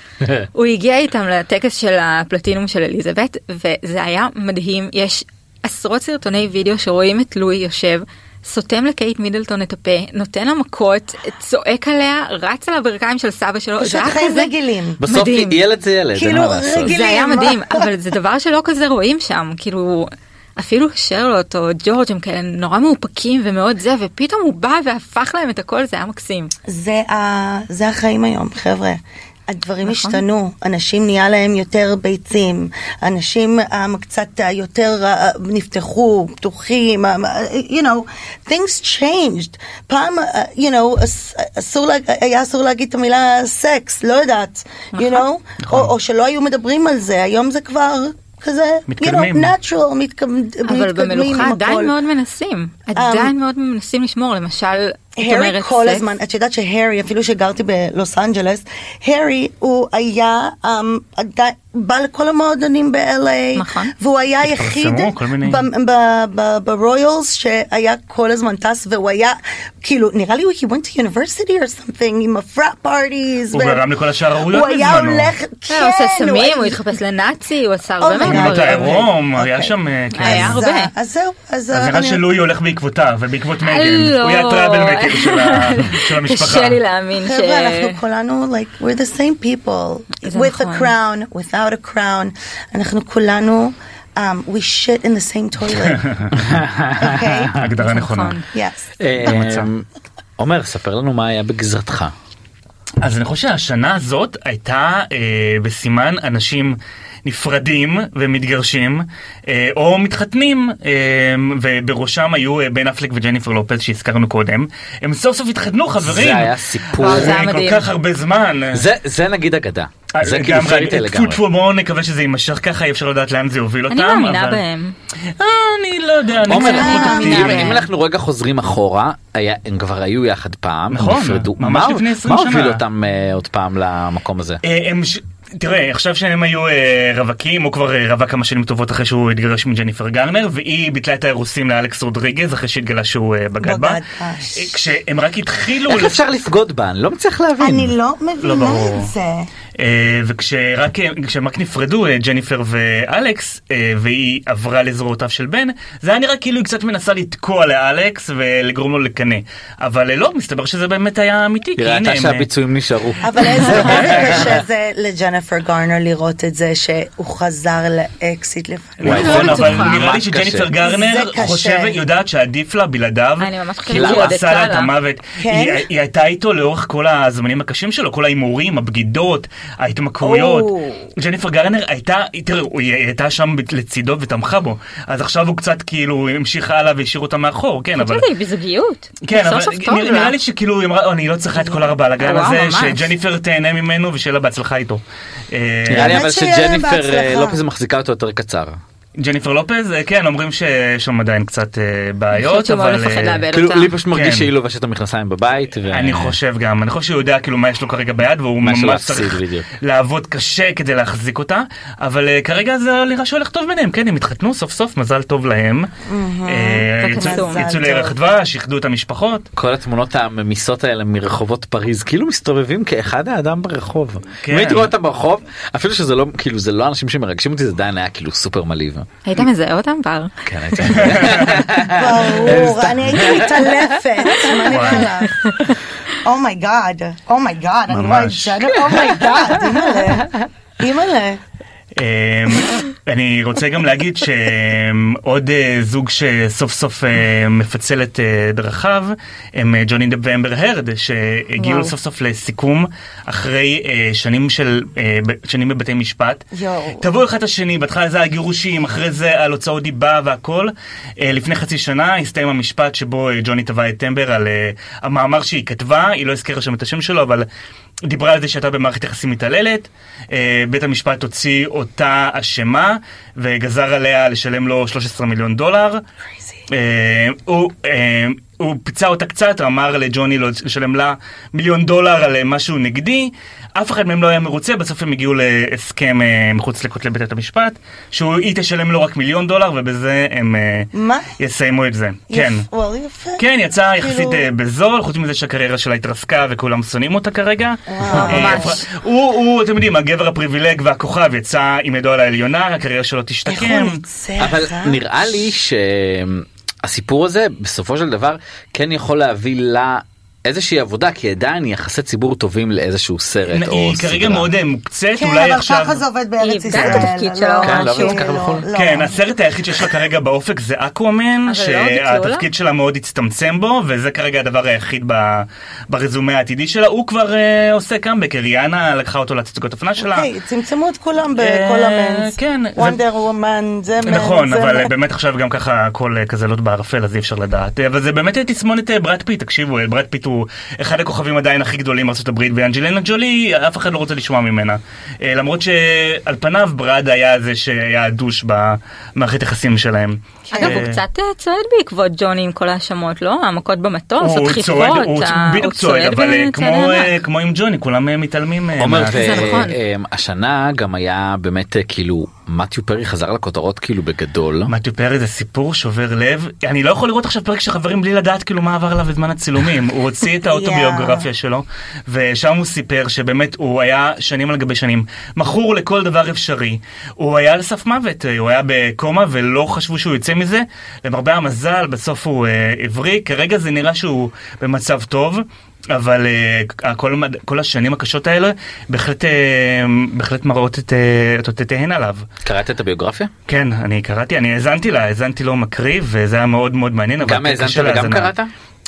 הוא הגיע איתם לטקס של הפלטינום של אליזבת, וזה היה מדהים. יש עשרות סרטוני וידאו שרואים את לואי יושב, סותם לקייט מידלטון את הפה, נותן לה מכות, צועק עליה, רץ על הברכיים של סבא שלו. פשוט זה היה חיים כזה רגילים. בסוף מדהים. ילד זה ילד, אין כאילו, מה לעשות. רגיל. זה היה גילים. מדהים, אבל זה דבר שלא כזה רואים שם, כאילו... אפילו שרלוט או ג'ורג' הם כאלה נורא מאופקים ומאוד זה, ופתאום הוא בא והפך להם את הכל, זה היה מקסים. זה ה- זה החיים היום, חבר'ה. הדברים נכון. השתנו, אנשים נהיה להם יותר ביצים, אנשים um, קצת uh, יותר uh, נפתחו, פתוחים, um, uh, you know, things changed. פעם, uh, you know, אס- אסור, לה- היה אסור להגיד את המילה סקס, לא יודעת, you know, או, או שלא היו מדברים על זה, היום זה כבר... כזה, מתקדמים. you know, natural, מתקדמים עם אבל הכל. במלוכה עדיין מאוד מנסים, עדיין מאוד מנסים לשמור, למשל, את הרי אומרת כל סקס. הזמן, את יודעת שהרי, אפילו שגרתי בלוס אנג'לס, הרי הוא היה, um, עדיין- בא לכל המועדונים ב-אל איי, נכון. והוא היה היחיד התפרסמו כל מיני- ברויאלס שהיה כל הזמן טס, והוא היה, כאילו, נראה לי הוא he went to university or something, עם הפראט פארטיז. הוא גרם לכל השערוריות הוא היה בזמנו. הולך, הוא כן. עושה סמים, היה- הוא התחפש לנאצי, הוא עשה הרבה Oh my מאוד God. מדינות דברים. העירום, היה אוקיי. שם... אה, כן. היה אז, הרבה. אה, אז זהו, אז אז אה, נראה אני- שלואי הולך בעקבותיו ובעקבות מגן. לא. הוא יהיה הטראבל מקר של ה- של המשפחה. קשה לי להאמין ש... חבר'ה, אנחנו כולנו, like, we're the same people, זה with a נכון. crown, without a crown, אנחנו כולנו, um, we shit in the same toilet, אוקיי? הגדרה נכונה. נכון. Yes. אה, עומר, ספר לנו מה היה בגזרתך. אז אני חושב שהשנה הזאת הייתה אה, בסימן אנשים נפרדים ומתגרשים, אה, או מתחתנים, אה, ובראשם היו אה, בן אפלק וג'ניפר לופז שהזכרנו קודם. הם סוף סוף התחתנו, חברים. זה היה סיפור. וואו, זה היה כל מדהים. כך הרבה לא זמן. זה, זה נגיד אגדה. זה כאילו פייריטל לגמרי. טפו, בואו נקווה שזה יימשך ככה, אי אפשר לדעת לאן זה יוביל אותם. אני מאמינה אבל- בהם. אה, אני לא יודע, אני עומר, קצת פחות אני אופטימי. מאמינה אם אנחנו רגע חוזרים אחורה, היה- הם כבר היו יחד פעם, נכון, הם נפרדו. ממש מה- לפני עשרים מה שנה. הוביל אותם אה, עוד פעם למקום הזה? אה, הם ש- תראה, עכשיו שהם היו אה, רווקים, הוא כבר אה, רווק כמה שנים טובות אחרי שהוא התגרש מג'ניפר גרנר, והיא ביטלה את האירוסים לאלכס רודריגז אחרי שהתגלה שהוא אה, בגד בה. בגד בה. אה, כשהם רק התחילו... איך אפשר לבגוד בה? אני לא מצליח להבין. אני לא לא מבינה ברור. את זה. אה, וכשרק כשהם רק נפרדו, אה, ג'ניפר ואלכס, אה, והיא עברה לזרועותיו של בן, זה היה נראה כאילו היא קצת מנסה לתקוע לאלכס ולגרום לו לקנה. אבל אה, לא, מסתבר שזה באמת היה אמיתי. כי היא הנה, ראתה הם, אה, שהביצועים נשארו. אבל איזה קשה זה לג'ניפר גארנר לראות את זה שהוא חזר לאקסיט לפני. וואי, נכון, לא אבל בטוחה. נראה לי ממש שג'ניפר קשה. גרנר זה קשה. חושבת, יודעת שעדיף לה בלעדיו. אני ממש חושבת כאילו שהיא הוא הודתה עשה לה את לה. המוות. כן? היא- היא הייתה איתו לאורך כל הזמנים הקשים שלו, כל ההימורים, הבגידות, ההתמכרויות. או. ג'ניפר גרנר הייתה, תראו, היא הייתה שם לצידו ותמכה בו. אז עכשיו הוא קצת כאילו המשיך הלאה והשאיר אותה מאחור, כן, אבל... שזה היא בזוגיות. כן, סוף אבל סוף טוב נראה לה. לי שכאילו היא אמרה, "או, אני לא צריכה את כל הבלאגן וואו, הזה, ממש. שג'ניפר תהנה ממנו ושיהיה לה בהצלחה איתו." אה, נראה לי באמת אבל שיהיה להם שג'ניפר בהצלחה. אה, לופז מחזיקה אותו יותר קצר. ג'ניפר לופז, אה, כן, אומרים שיש שם עדיין קצת אה, אני בעיות, חושבת שהוא מאוד אבל... מפחד אה, לאבד כאילו אותה. לי פשוט מרגיש כן. שהיא לובשת את המכנסיים בבית. ו- אני חושב גם, אני חושב שהוא יודע כאילו מה יש לו כרגע ביד, והוא מה שלא ממש להפסיד, צריך בדיוק. לעבוד קשה כדי להחזיק אותה, אבל אה, כרגע זה נראה שהולך טוב ביניהם, כן, הם התחתנו סוף סוף, מזל טוב להם. אה, זה יצאו- קסום. יצאו מזל לירח טוב. דבש, איחדו את המשפחות. כל התמונות הממיסות האלה מרחובות פריז כאילו מסתובבים כאחד האדם ברחוב. כן. אם הייתי רואה אותם ברחוב אפילו שזה לא כאילו זה לא אנשים שמרגשים אותי זה עדיין היה כאילו סופר מלהיב. היית מזהה אותם בר? כן, הייתי- ברור, אני הייתי מתעלפת. מה נראה לך? אומייגאד, אומייגאד, אני רואה את ממש. ג'אנר, אומייגאד, אימא'לה, אימא'לה. אמ, אני רוצה גם להגיד שעוד אה, זוג שסוף סוף אה, מפצל את אה, דרכיו הם אה, ג'וני דפ ואמבר הרד שהגיעו וואו. סוף סוף לסיכום אחרי אה, שנים של אה, ב- שנים בבתי משפט. יואו. תבעו אחד את השני, בהתחלה זה הגירושים, אחרי זה על הוצאות דיבה והכל. אה, לפני חצי שנה הסתיים המשפט שבו אה, ג'וני תבע את אמבר על אה, המאמר שהיא כתבה, היא לא הזכירה שם את השם שלו, אבל דיברה על זה שהייתה במערכת יחסים מתעללת. אה, בית המשפט הוציא אותה אשמה וגזר עליה לשלם לו שלושה עשר מיליון דולר. אה, הוא, אה, הוא פיצה אותה קצת, אמר לג'וני לשלם לה מיליון דולר על אה, משהו נגדי. אף אחד מהם לא היה מרוצה, בסוף הם הגיעו להסכם אה, מחוץ לכותלי בית המשפט, שהיא תשלם לו רק מיליון דולר ובזה הם אה, מה? יסיימו את זה. כן. יפ- וואו, יפה. כן, יצא יחסית כאילו- אה, בזול, חוץ מזה שהקריירה שלה התרסקה וכולם שונאים אותה כרגע. וואו, אה, ממש. הפר- הוא, הוא, אתם יודעים, הגבר הפריבילג והכוכב יצא עם ידו על העליונה, הקריירה שלו איך תשתקם. הוא ניצח, אבל אה? נראה לי שהסיפור הזה בסופו של דבר כן יכול להביא לה איזושהי עבודה כי עדיין יחסי ציבור טובים לאיזשהו סרט או היא כרגע סדרה. מאוד אה, מוקצת, כן, אולי אבל עכשיו... ככה זה עובד היא בארץ איבדה ישראל. את התפקיד שלה, לא, כן, לא כאילו, עובדת ככה בחו"ל. לא. כן, הסרט היחיד שיש לה כרגע באופק זה אקוואמן, אבל לא ביטלו לה? שהתפקיד שלה מאוד הצטמצם בו, וזה כרגע הדבר היחיד ב- ברזומה העתידי שלה. הוא כבר אה, עושה קאמבק, ריאנה לקחה אותו להצגות אופנה שלה. אוקיי, צמצמו את כולם בכל אה, המנס. כן, זה- וונדר וומן, זה מנס. נכון, זה אבל מנס. באמת עכשיו גם ככה הכל אה, כזה לוט בערפל, אז אי אפשר לדעת. אה, אבל זה באמת אה, תסמונת אה, ברד פיט, תקשיבו, אה, ברד פיט הוא אחד הכוכבים עדיין הכי גדולים בארצות הברית, ואנג'לינה ג'ולי, אף אחד לא רוצה לשמוע ממנה. אה, למרות שעל פניו ברד היה זה שהיה הדוש במערכת יחסים שלהם. אגב, אה, הוא קצת אה, צועד בעקבות ג'וני עם כל ההאשמות, לא? המכות במטוס, הוא הדחיפות. צועד, הוא ה- בדיוק הוא צועד, אבל אה, בצעדי כמו, אה, ענק. כמו עם ג'וני, כולם אה, מתעלמים. אה, עומר, מה- זה נכון. והשנה גם היה באמת אה, כאילו מתיו פרי חזר לכותרות כאילו בגדול. מתיו פרי זה סיפור שובר לב. אני לא יכול לראות עכשיו פרק של חברים בלי לדעת כאילו מה עבר עליו בזמן הצילומים. הוא הוציא את האוטוביוגרפיה שלו, ושם הוא סיפר שבאמת הוא היה שנים על גבי שנים מכור לכל דבר אפשרי. הוא היה על סף מוות, הוא היה בקומה ולא חשבו שהוא יוצא מזה. למרבה המזל בסוף הוא אה, עברי. כרגע זה נראה שהוא במצב טוב. אבל uh, כל, כל השנים הקשות האלה בהחלט, uh, בהחלט מראות את אותותיהן עליו. קראת את הביוגרפיה? כן, אני קראתי, אני האזנתי לה, האזנתי לו מקריב, וזה היה מאוד מאוד מעניין. אבל גם קשה האזנת וגם להאזנה. קראת?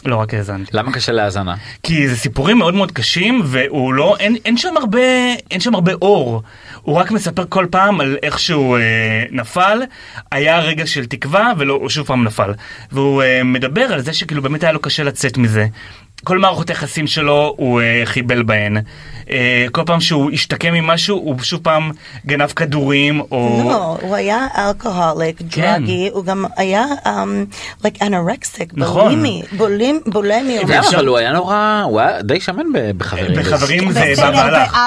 לא רק האזנתי. למה קשה להאזנה? כי זה סיפורים מאוד מאוד קשים, והוא לא, אין, אין שם הרבה, אין שם הרבה אור. הוא רק מספר כל פעם על איך שהוא אה, נפל, היה רגע של תקווה, והוא שוב פעם נפל. והוא אה, מדבר על זה שכאילו באמת היה לו קשה לצאת מזה. כל מערכות היחסים שלו הוא uh, חיבל בהן. Uh, כל פעם שהוא השתקם ממשהו, הוא שוב פעם גנב כדורים, או... לא, הוא היה אלכוהוליק, דרגי, הוא גם היה like anorexic, בולימי, בולמי. אבל הוא היה נורא, הוא היה די שמן בחברים. בחברים זה בבעלך.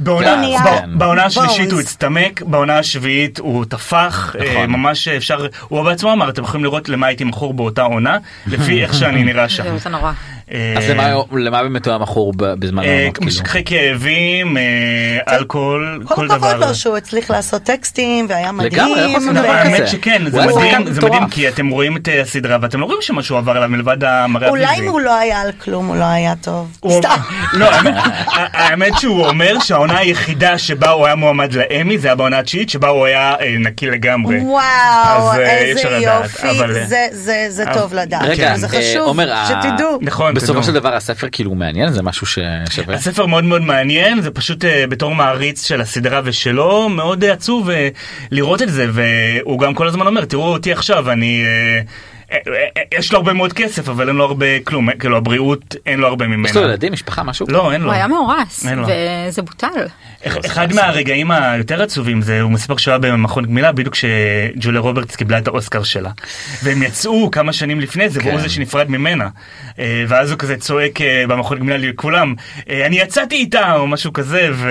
בעונה השלישית הוא הצטמק, בעונה השביעית הוא תפח, ממש אפשר, הוא בעצמו אמר, אתם יכולים לראות למה הייתי מכור באותה עונה, לפי איך שאני נראה שם. זה נורא. אז למה באמת הוא היה מכור בזמן העונות? משככי כאבים, אלכוהול, כל כל דבר. כבוד לו שהוא הצליח לעשות טקסטים והיה מדהים. לגמרי, איך עושים דבר האמת כזה? שכן, זה הוא היה מדהים, שחקן זה מטורף. מדהים כי אתם רואים את הסדרה ואתם לא רואים שמשהו עבר עליו מלבד המראה הפיזי. אולי אם הוא לא היה על כלום, הוא לא היה טוב. הוא- סתם. לא, האמת- האמת שהוא אומר שהעונה היחידה שבה הוא היה מועמד לאמי, זה היה בעונה התשיעית שבה הוא היה אה, נקי לגמרי. וואו, אז, אה, אי איזה אפשר לדעת, יופי, אבל, אה, זה- זה זה טוב לדעת. רגע, זה אה, חשוב, עומר, ה- שתדעו. נכון, בסופו תדעו. של דבר הספר כאילו מעניין, זה משהו ששווה. הספר מאוד מאוד מעניין, זה פשוט uh, בתור מעריץ של הסדרה ושלו, מאוד uh, עצוב uh, לראות את זה, והוא גם כל הזמן אומר, תראו אותי עכשיו, אני... Uh, יש לו הרבה מאוד כסף, אבל אין לו הרבה כלום, כאילו הבריאות אין לו הרבה ממנה. יש לו ילדים, משפחה, משהו? לא, אין לו. הוא היה מאורס, אין לו. וזה בוטל. אחד מהרגעים היותר עצובים זה, הוא מספר שהוא היה במכון גמילה, בדיוק כשג'וליה רוברטס קיבלה את האוסקר שלה. והם יצאו כמה שנים לפני זה, והוא זה שנפרד ממנה. אה, ואז הוא כזה צועק אה, במכון גמילה לכולם, אה, אני יצאתי איתה, או משהו כזה, ו...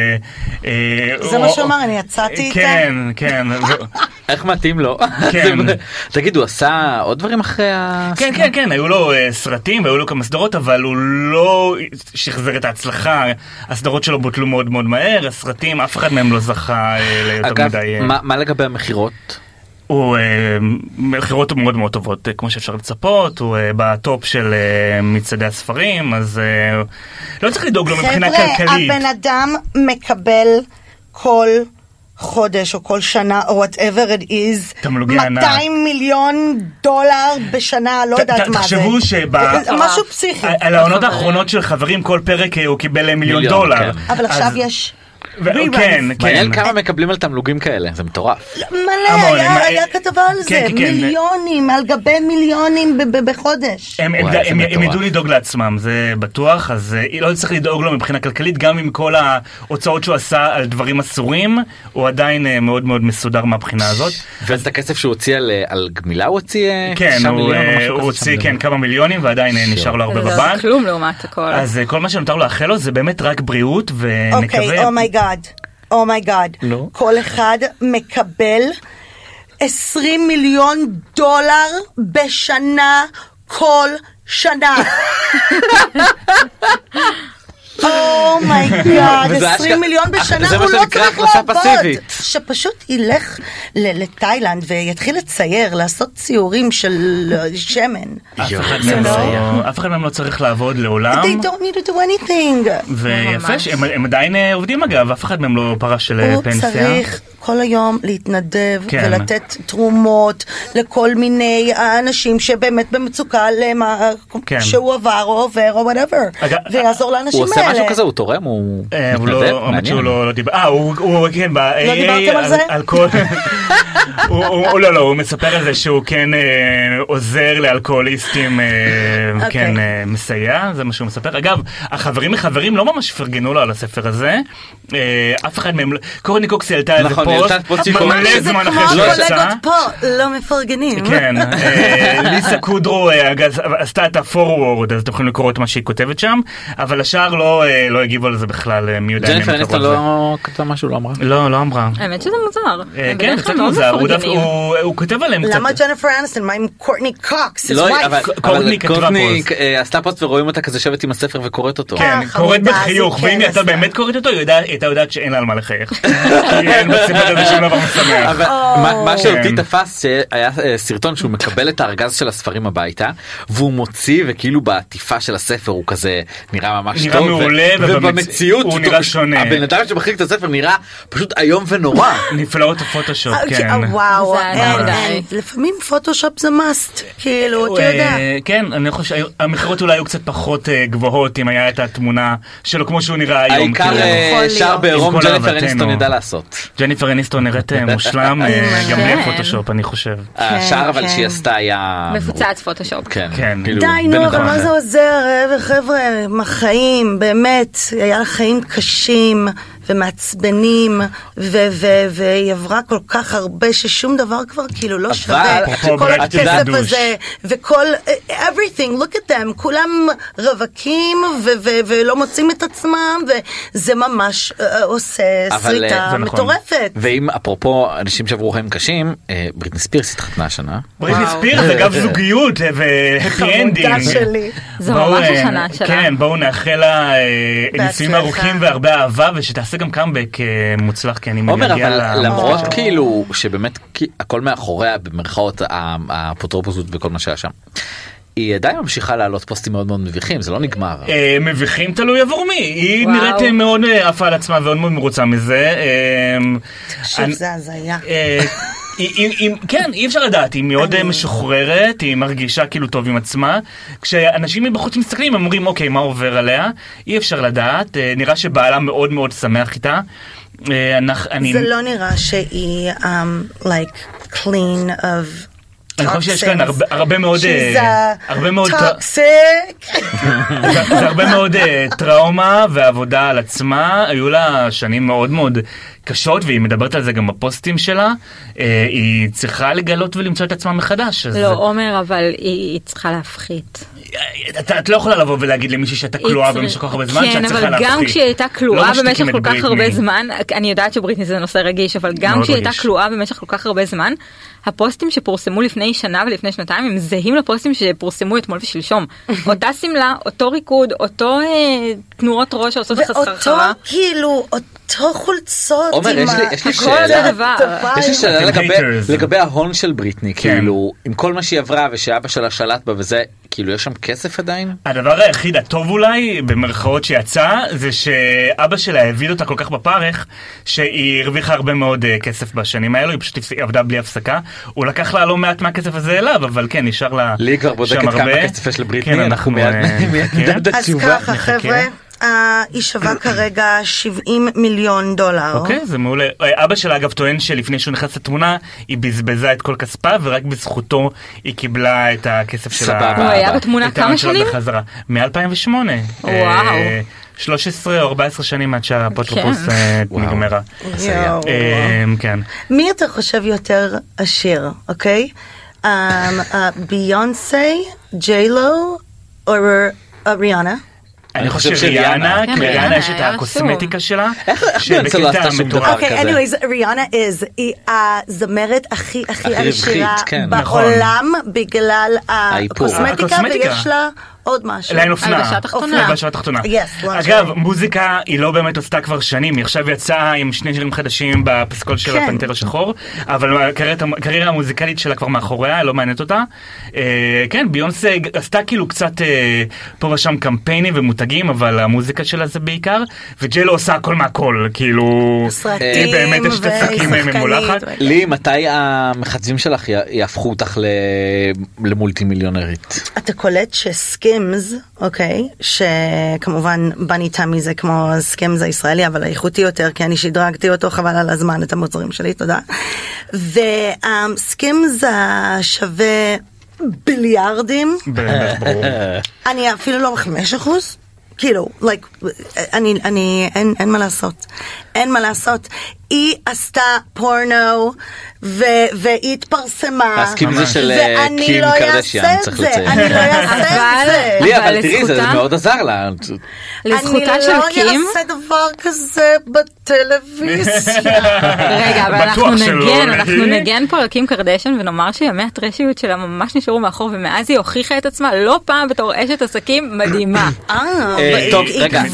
אה, זה או- מה שהוא אמר, אני יצאתי איתה? כן, כן. ו- איך מתאים לו? כן. זה- תגיד, הוא עשה עוד דברים אחרי ה... כן, כן, כן, היו לו uh, סרטים והיו לו כמה סדרות, אבל הוא לא שחזר את ההצלחה. הסדרות שלו בוטלו מאוד מאוד מהר, הסרטים, אף אחד מהם לא זכה uh, ליותר אגב, מדי. uh, מה- מה לגבי המכירות? הוא, uh, מכירות מאוד מאוד טובות, uh, כמו שאפשר לצפות, הוא uh, בטופ של uh, מצעדי הספרים, אז uh, לא צריך לדאוג לו מבחינה חבר'ה, כלכלית. הבן אדם מקבל כל חודש או כל שנה או whatever it is, תמלוגי ענק. מאתיים מיליון דולר בשנה, לא ת- יודעת ת- מה זה. תחשבו שב- זה משהו פסיכי. על העונות האחרונות של חברים, כל פרק uh, הוא קיבל uh, מיליון מיליון, דולר. כן. אבל עכשיו אז- יש ו- reruns. כן, מעניין כן. כמה מקבלים על תמלוגים כאלה, זה מטורף. מלא, המון, היה, הם- היה כתבה על כן, זה, כן, כן. מיליונים, על גבי מיליונים ב- ב- בחודש. הם, הם, וואי, זה הם, הם מטורף. ידעו לדאוג לעצמם, זה בטוח, אז uh, לא צריך לדאוג לו מבחינה כלכלית, גם עם כל ההוצאות שהוא עשה על דברים אסורים, הוא עדיין uh, מאוד מאוד מסודר מהבחינה הזאת. ואת הכסף שהוא הוציא על- על גמילה הוא הוציא אה, כן, שישה הוא, מיליון או uh, משהו הוא כזה הוציא שם כן, לב. כמה מיליונים ועדיין uh, נשאר לו הרבה זה בבנק. כלום לעומת הכל. אז uh, כל מה שנותר לאחל לו זה באמת רק בריאות, ונקווה... אוקיי, אומייגאד, אומייגאד. נו. כל אחד מקבל עשרים מיליון דולר בשנה, כל שנה. אומייגאד, וזה עשרים אשכרה- מיליון בשנה, זה מה הוא לא שנקרא צריך הכנסה לעבוד. פסיבית. שפשוט ילך ל- לתאילנד ויתחיל לצייר, לעשות ציורים של שמן. אף יואו, אחד זה מהם לא- מזיע. אף אחד מהם לא צריך לעבוד לעולם. They don't need to do anything. ויפה ממש. שהם הם עדיין אה, עובדים אגב, אף אחד מהם לא פרש של אה, הוא פנסיה. צריך כל היום להתנדב כן. ולתת תרומות לכל מיני אנשים שבאמת במצוקה למה כן. שהוא עבר או עובר או whatever, אגב, ויעזור לאנשים הוא האלה. עושה משהו כזה, הוא תורם, הוא אה, הוא מתנדב, לא, האמת מעניין. שהוא לא לא דיבר, אה, הוא, הוא, כן, ב- לא דיברתם על זה? על כל, הוא, הוא, הוא, לא, לא, הוא מספר על זה שהוא כן אה, עוזר לאלכוהוליסטים, אה, אוקיי. כן, אה, מסייע, זה מה שהוא מספר. אגב, החברים מחברים לא ממש פרגנו לו על הספר הזה, אה, אף אחד מהם, לא- קורני קוקס העלתה איזה נכון, היא פוסט, העלתה פוסט שהיא מלא קוראת- זה זמן כמו אחרי שהוא יצא. הקולגות פה, לא מפרגנים. כן, אה, ליסה קודרו אה, אגב, עשתה את הפורוורד, אז אתם יכולים לקרוא את מה שהיא כותבת שם, אבל השאר לא אה, לא הגיבו על זה בכלל, אה, מי יודע אם הם ג'ניפר קראו אניסטון על זה. לא כתבה משהו, לא אמרה. לא, לא אמרה. האמת שזה מוזר. אה, הם כן, בדרך קצת כלל מאוד מוזר, הוא דווקא- מפרגנים. הוא- הוא כותב עליהם קצת. למה ג'ניפר אניסטון? מה עם קורטני קוקס? his לא, wife? אבל קורטני אבל כתבה קורטני פוסט. אה, עשתה פוסט ורואים אותה כזה יושבת עם הספר וקוראת אותו. כן, אה, קוראת חמודה, בחיוך, זה ואם כן היא הייתה עשתה. באמת קוראת אותו, היא יודעת- היא הייתה יודעת שאין לה על מה לחייך. כי אין בספר הזה שום דבר משמח. אבל מה- מה שאותי כן. תפס שהיה אה, סרטון שהוא מקבל את הארגז של הספרים הביתה והוא מוציא וכאילו בעטיפה של הספר הוא כזה נראה ממש נראה טוב מאובק, מעולה, ובמציאות הוא נראה שונה. הבן אדם שמחליק את הספר נראה פשוט איום ונורא. נפלאות הפוטושופ, כן. וואו, זה אין, עדיין. אין. לפעמים פוטושופ זה must, כאילו, אתה אה, יודע. כן, אני חושב שהמחירות אולי היו קצת פחות אה, גבוהות אם היה את התמונה שלו כמו שהוא נראה היום. העיקר כאילו. אה, יכול שר להיות. בעירום עם כל ג'ניפר אהבתנו. אניסטון ידע לעשות. ג'ניפר אניסטון נראית אה, מושלם, אה, גם בלי כן. הפוטושופ אני חושב. השער אבל כן. שהיא עשתה היה... מפוצץ פוטושופ. כן, כן. כאילו, די, בין נו, אבל אחד מה לאחד. זה עוזר, חבר'ה, מהחיים, באמת, היה לה חיים קשים ומעצבנים, ו- ו- והיא עברה כל כך הרבה ששום דבר כבר כאילו לא שווה, אפרופו כל ברד הכסף דוש. הזה, וכל, everything, look at them, כולם רווקים ו- ו- ולא מוצאים את עצמם, וזה ממש אה, עושה אבל, סריטה אה, זה נכון. מטורפת. ואם אפרופו אנשים שעברו חיים קשים, אה, בריטני ספירס התחתנה השנה. בריטני וואו. ספירס אגב זוגיות והפי אנדינג. חמודה שלי. זו בואו, ממש אה, השנה שלה. כן, בואו נאחל לה אה, נישואים בהצלחה. ארוכים והרבה אהבה ושתעשה גם קאמבק אה, מוצלח, כי אני עומר, מגיע אבל ל- למרות או. כאילו שבאמת כי- הכל מאחוריה במרכאות ה- האפוטרופוסות וכל מה שהיה שם, היא עדיין ממשיכה להעלות פוסטים מאוד מאוד מביכים, זה לא נגמר. אה, מביכים תלוי עבור מי, היא וואו. נראית אה, מאוד אה, עפה על עצמה ומאוד מאוד מרוצה מזה. אה, תקשיב, אני- זה הזיה. אה, היא- היא- היא- כן, אי אפשר לדעת, היא מאוד אה, משוחררת, היא מרגישה כאילו טוב עם עצמה. כשאנשים מבחוץ מסתכלים, הם אומרים, אוקיי, מה עובר עליה? אי אפשר לדעת, אה, נראה שבעלה מאוד מאוד שמח איתה. אה, אנחנו- אני- זה לא נראה שהיא, um, like, clean of... אני חושב שיש כאן הרבה- הרבה מאוד, אה, She's הרבה מאוד- a toxic. זה זה הרבה מאוד אה, טראומה ועבודה על עצמה, היו לה שנים מאוד מאוד קשות, והיא מדברת על זה גם בפוסטים שלה. אה, היא צריכה לגלות ולמצוא את עצמה מחדש. אז- לא, עומר, אבל היא היא צריכה להפחית. את, את לא יכולה לבוא ולהגיד למישהי שאתה כלואה במשך כל כך הרבה זמן, כן, שאת צריכה אבל להפחית. גם כשהיא הייתה לא כלואה משתיקים במשך את כל כך בריטני. הרבה זמן, אני יודעת שבריטני זה נושא רגיש, אבל גם מאוד כשהיא הייתה רגיש. כלואה במשך כל כך הרבה זמן, הפוסטים שפורסמו לפני שנה ולפני שנתיים הם זהים לפוסטים שפורסמו אתמול ושלשום. אותה סמלה, אותו ריקוד, אותו אה, תנועות ראש שעושות לך ואותו, סחרחרה. כאילו, אותו חולצות. עומר, עם יש לי- ה- יש לי הכל שאלה. זה דבר. יש לי שאלה אתם לגבי, haters. לגבי ההון של בריטני, כן. כאילו, עם כל מה שהיא עברה ושאבא שלה שלט בה וזה, כאילו יש שם כסף עדיין? הדבר היחיד הטוב אולי, במרכאות שיצא, זה שאבא שלה העביד אותה כל כך בפרך, שהיא הרוויחה הרבה מאוד uh, כסף בשנים האלו, היא פשוט עבדה בלי הפסקה. הוא לקח לה לא מעט מהכסף הזה אליו, אבל כן, נשאר לה לי כבר בודקת שם כמה הרבה. כסף יש לבריטני, כן, אנחנו מיד אה, מיד נחכה. נדע את אז התשובה. ככה, נחכה. חבר'ה, אה, היא שווה כרגע שבעים מיליון דולר. אוקיי, זה מעולה. אה, אבא שלה אגב טוען שלפני שהוא נכנס לתמונה, היא בזבזה את כל כספה, ורק בזכותו היא קיבלה את הכסף שלה. סבבה. הוא היה בתמונה את ההון כמה שלה שנים? בחזרה. מ-אלפיים ושמונה. וואו. אה, שלוש עשרה או ארבע עשרה שנים עד שהאפוטרופוס כן. אה, וואו. נגמרה. יואו. אה, כן. מי אתה חושב יותר עשיר, אוקיי? Um, uh, ביונסי, ג'יילו, או ריאנה? אני חושב חושב שריאנה, שריאנה, כן, כי ריאנה ריאנה יש את היה הקוסמטיקה שלה. איך- איך ביונסה לא עשתה שום דבר? אוקיי, כזה. anyways, ריאנה is, היא הזמרת הכי הכי הכי עשירה רווחית, כן. בעולם בגלל האיפור. הקוסמטיקה, הקוסמטיקה. ויש לה עוד משהו. ליין אופנה. הלבשה תחתונה. הלבשה תחתונה. Yes, lingerie. אגב, מוזיקה היא לא באמת עשתה כבר שנים, היא עכשיו יצאה עם שני שירים חדשים בפסקול של כן. הפנתר השחור, אבל הקריירת- הקריירה המוזיקלית שלה כבר מאחוריה, לא מעניינת אותה. אה, כן, ביונסה עשתה כאילו קצת אה, פה ושם קמפיינים ומותגים, אבל המוזיקה שלה זה בעיקר, וג'לו עושה הכל מהכל, כאילו... סרטים היא באמת יש את עסקים ושחקנית. ממולחת. לי, מתי המחצבים שלך י- יהפכו אותך ל- למולטי מיליונרית? אתה קולט שסקימס, אוקיי, שכמובן בני תמי זה כמו סקימס הישראלי, אבל האיכותי יותר, כי אני שדרגתי אותו, חבל על הזמן, את המוצרים שלי, תודה. וסקימס שווה ביליארדים, באמת, ברור. אני אפילו לא חמש אחוז, כאילו, like, אני, אני, אין, אין מה לעשות, אין מה לעשות. היא עשתה פורנו, ו, והיא התפרסמה, הסכים זה של אה, ואני קים לא קרדשיאן, אעשה את צריך זה, לציין. אני לא אעשה את אבל- זה. לי, אבל אבל תראי, זה לזכותה- מאוד עזר לה. לזכותה של אני קים, לא אעשה דבר כזה בטלוויזיה. רגע, אבל בטוח אנחנו שלא, נגן, נגיד. אנחנו נגן פה על קים קרדשן ונאמר שימי הטרשיות שלה ממש נשארו מאחור, ומאז היא הוכיחה את עצמה לא פעם בתור אשת עסקים מדהימה. אה, אה, והיא- טוב, היא רגע. כבר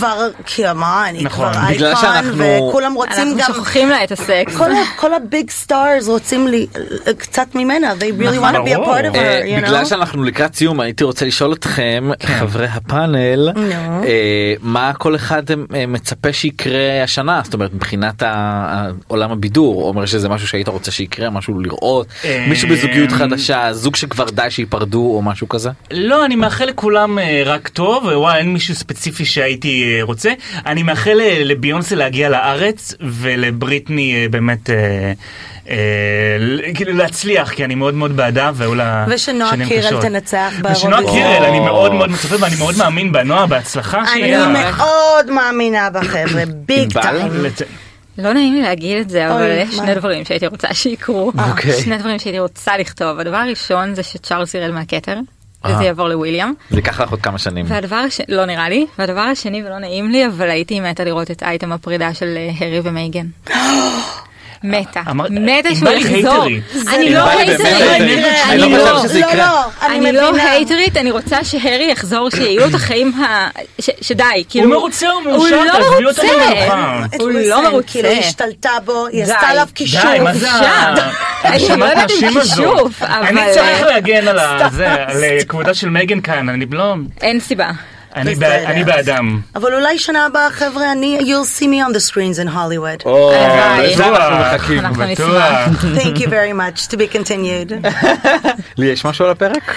כבר, כי מה, אני נכון. כבר בגלל אייקון, שאנחנו- וכולם רוצים אנחנו גם, שוכחים לה את הסקס. כל ה- כל הביג סטארס רוצים לי קצת ממנה, they really want to be a ברור. part of אה, her, you בגלל know? שאנחנו לקראת סיום הייתי רוצה לשאול אתכם חברי הפאנל נו. אה, מה כל אחד אה, מצפה שיקרה השנה, זאת אומרת מבחינת ה- ה- עולם הבידור, אומר שזה משהו שהיית רוצה שיקרה, משהו לראות, אה, מישהו בזוגיות חדשה, זוג שכבר די שיפרדו או משהו כזה. לא, אני מאחל לכולם אה, רק טוב, וואי, אין מישהו ספציפי שהייתי אה, רוצה. אני מאחל אה, לביונסה להגיע לארץ, ולבריטני אה, באמת, אה, אה, ל- כאילו להצליח, כי אני מאוד מאוד בעדה, והיו לה ושנועה שנים קירל קשות. תנצח ושנועה באירוויזיון. קירל, אני מאוד מאוד מצפה, ואני מאוד מאמין בה. נועה, בהצלחה. אני שיהיה לך. מאוד מאמינה בחבר'ה, ביג ענבל? טיים. לצ- לא נעים לי להגיד את זה, אבל אוי, יש מה? שני דברים שהייתי רוצה שיקרו. אוקיי. שני דברים שהייתי רוצה לכתוב. הדבר הראשון זה שצ'ארלס ירד מהכתר, אה. וזה יעבור לוויליאם. זה ייקח לך עוד כמה שנים. והדבר השני, לא נראה לי, והדבר השני ולא נעים לי, אבל הייתי מתה לראות את אייטם הפרידה של אה, הארי ומייגן. מתה, אמר- מתה שהוא ענבל היא יחזור. הייטרית. אני זה לא נראה לי באמת הייטרית, הייטרית. אני אני לא לא, חושב שזה לא, יקרה. לא, אני אני לא מבינה. הייטרית, אני רוצה שהארי יחזור, שיהיו לו את החיים ה... ש- שדי, כאילו... הוא מרוצה, הוא הוא מאושר, לא תעזבי אותו מרוצה. במנוחה. הוא Listen, לא מרוצה. כאילו היא השתלטה בו, היא די, עשתה עליו קישור. די, מה זה ה- בושה. אני לא האשמת יודעת אם נשים הזו? כישוף, אבל- אני צריך להגן על ה- זה, על כבודה של מייגן כאן, אני לא... אין סיבה. אני בסדר. בע- אני באדם. אבל אולי שנה הבאה חבר'ה, אני, you'll see me on the screens in Hollywood. או, הלוואי. לזה אנחנו מחכים. אנחנו בטוח. נשמח. Thank you very much, to be continued. לי יש משהו על הפרק?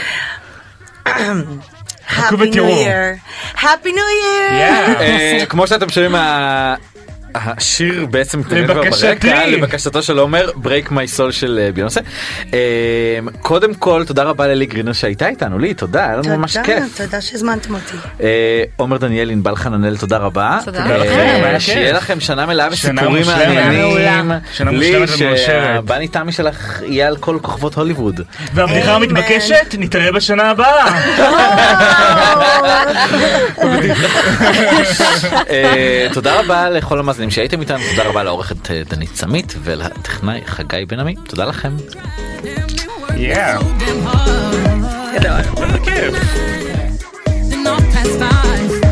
Happy New ותראו. Year. Happy New Year. Yeah. אה, כמו שאתם שומעים מה- השיר בעצם מתנגן כבר לבקשתי. ברקע, לבקשתו של עומר, Break My Soul של אה, ביונסה. אה, קודם כל תודה רבה ללי גרינר שהייתה איתנו, לי תודה, היה לנו ממש תודה, כיף. תודה שהזמנתם אותי. אה, עומר דניאל, ענבל חננאל, תודה רבה. תודה אה, לכם, היה שיהיה כיף. לכם שנה מלאה שנה בסיפורים מושלמת. מעניינים. שנה לי מושלמת ומאושרת. שהבני תמי שלך יהיה על כל כוכבות הוליווד. והבדיחה Amen. המתבקשת, נתראה בשנה הבאה. אה, תודה רבה לכל המאזינים שהייתם איתנו, תודה רבה לעורכת אה, דנית סמית ולטכנאי חגי בן עמי, תודה לכם. Yeah. Damn hard. איזה כיף. The North Past Five.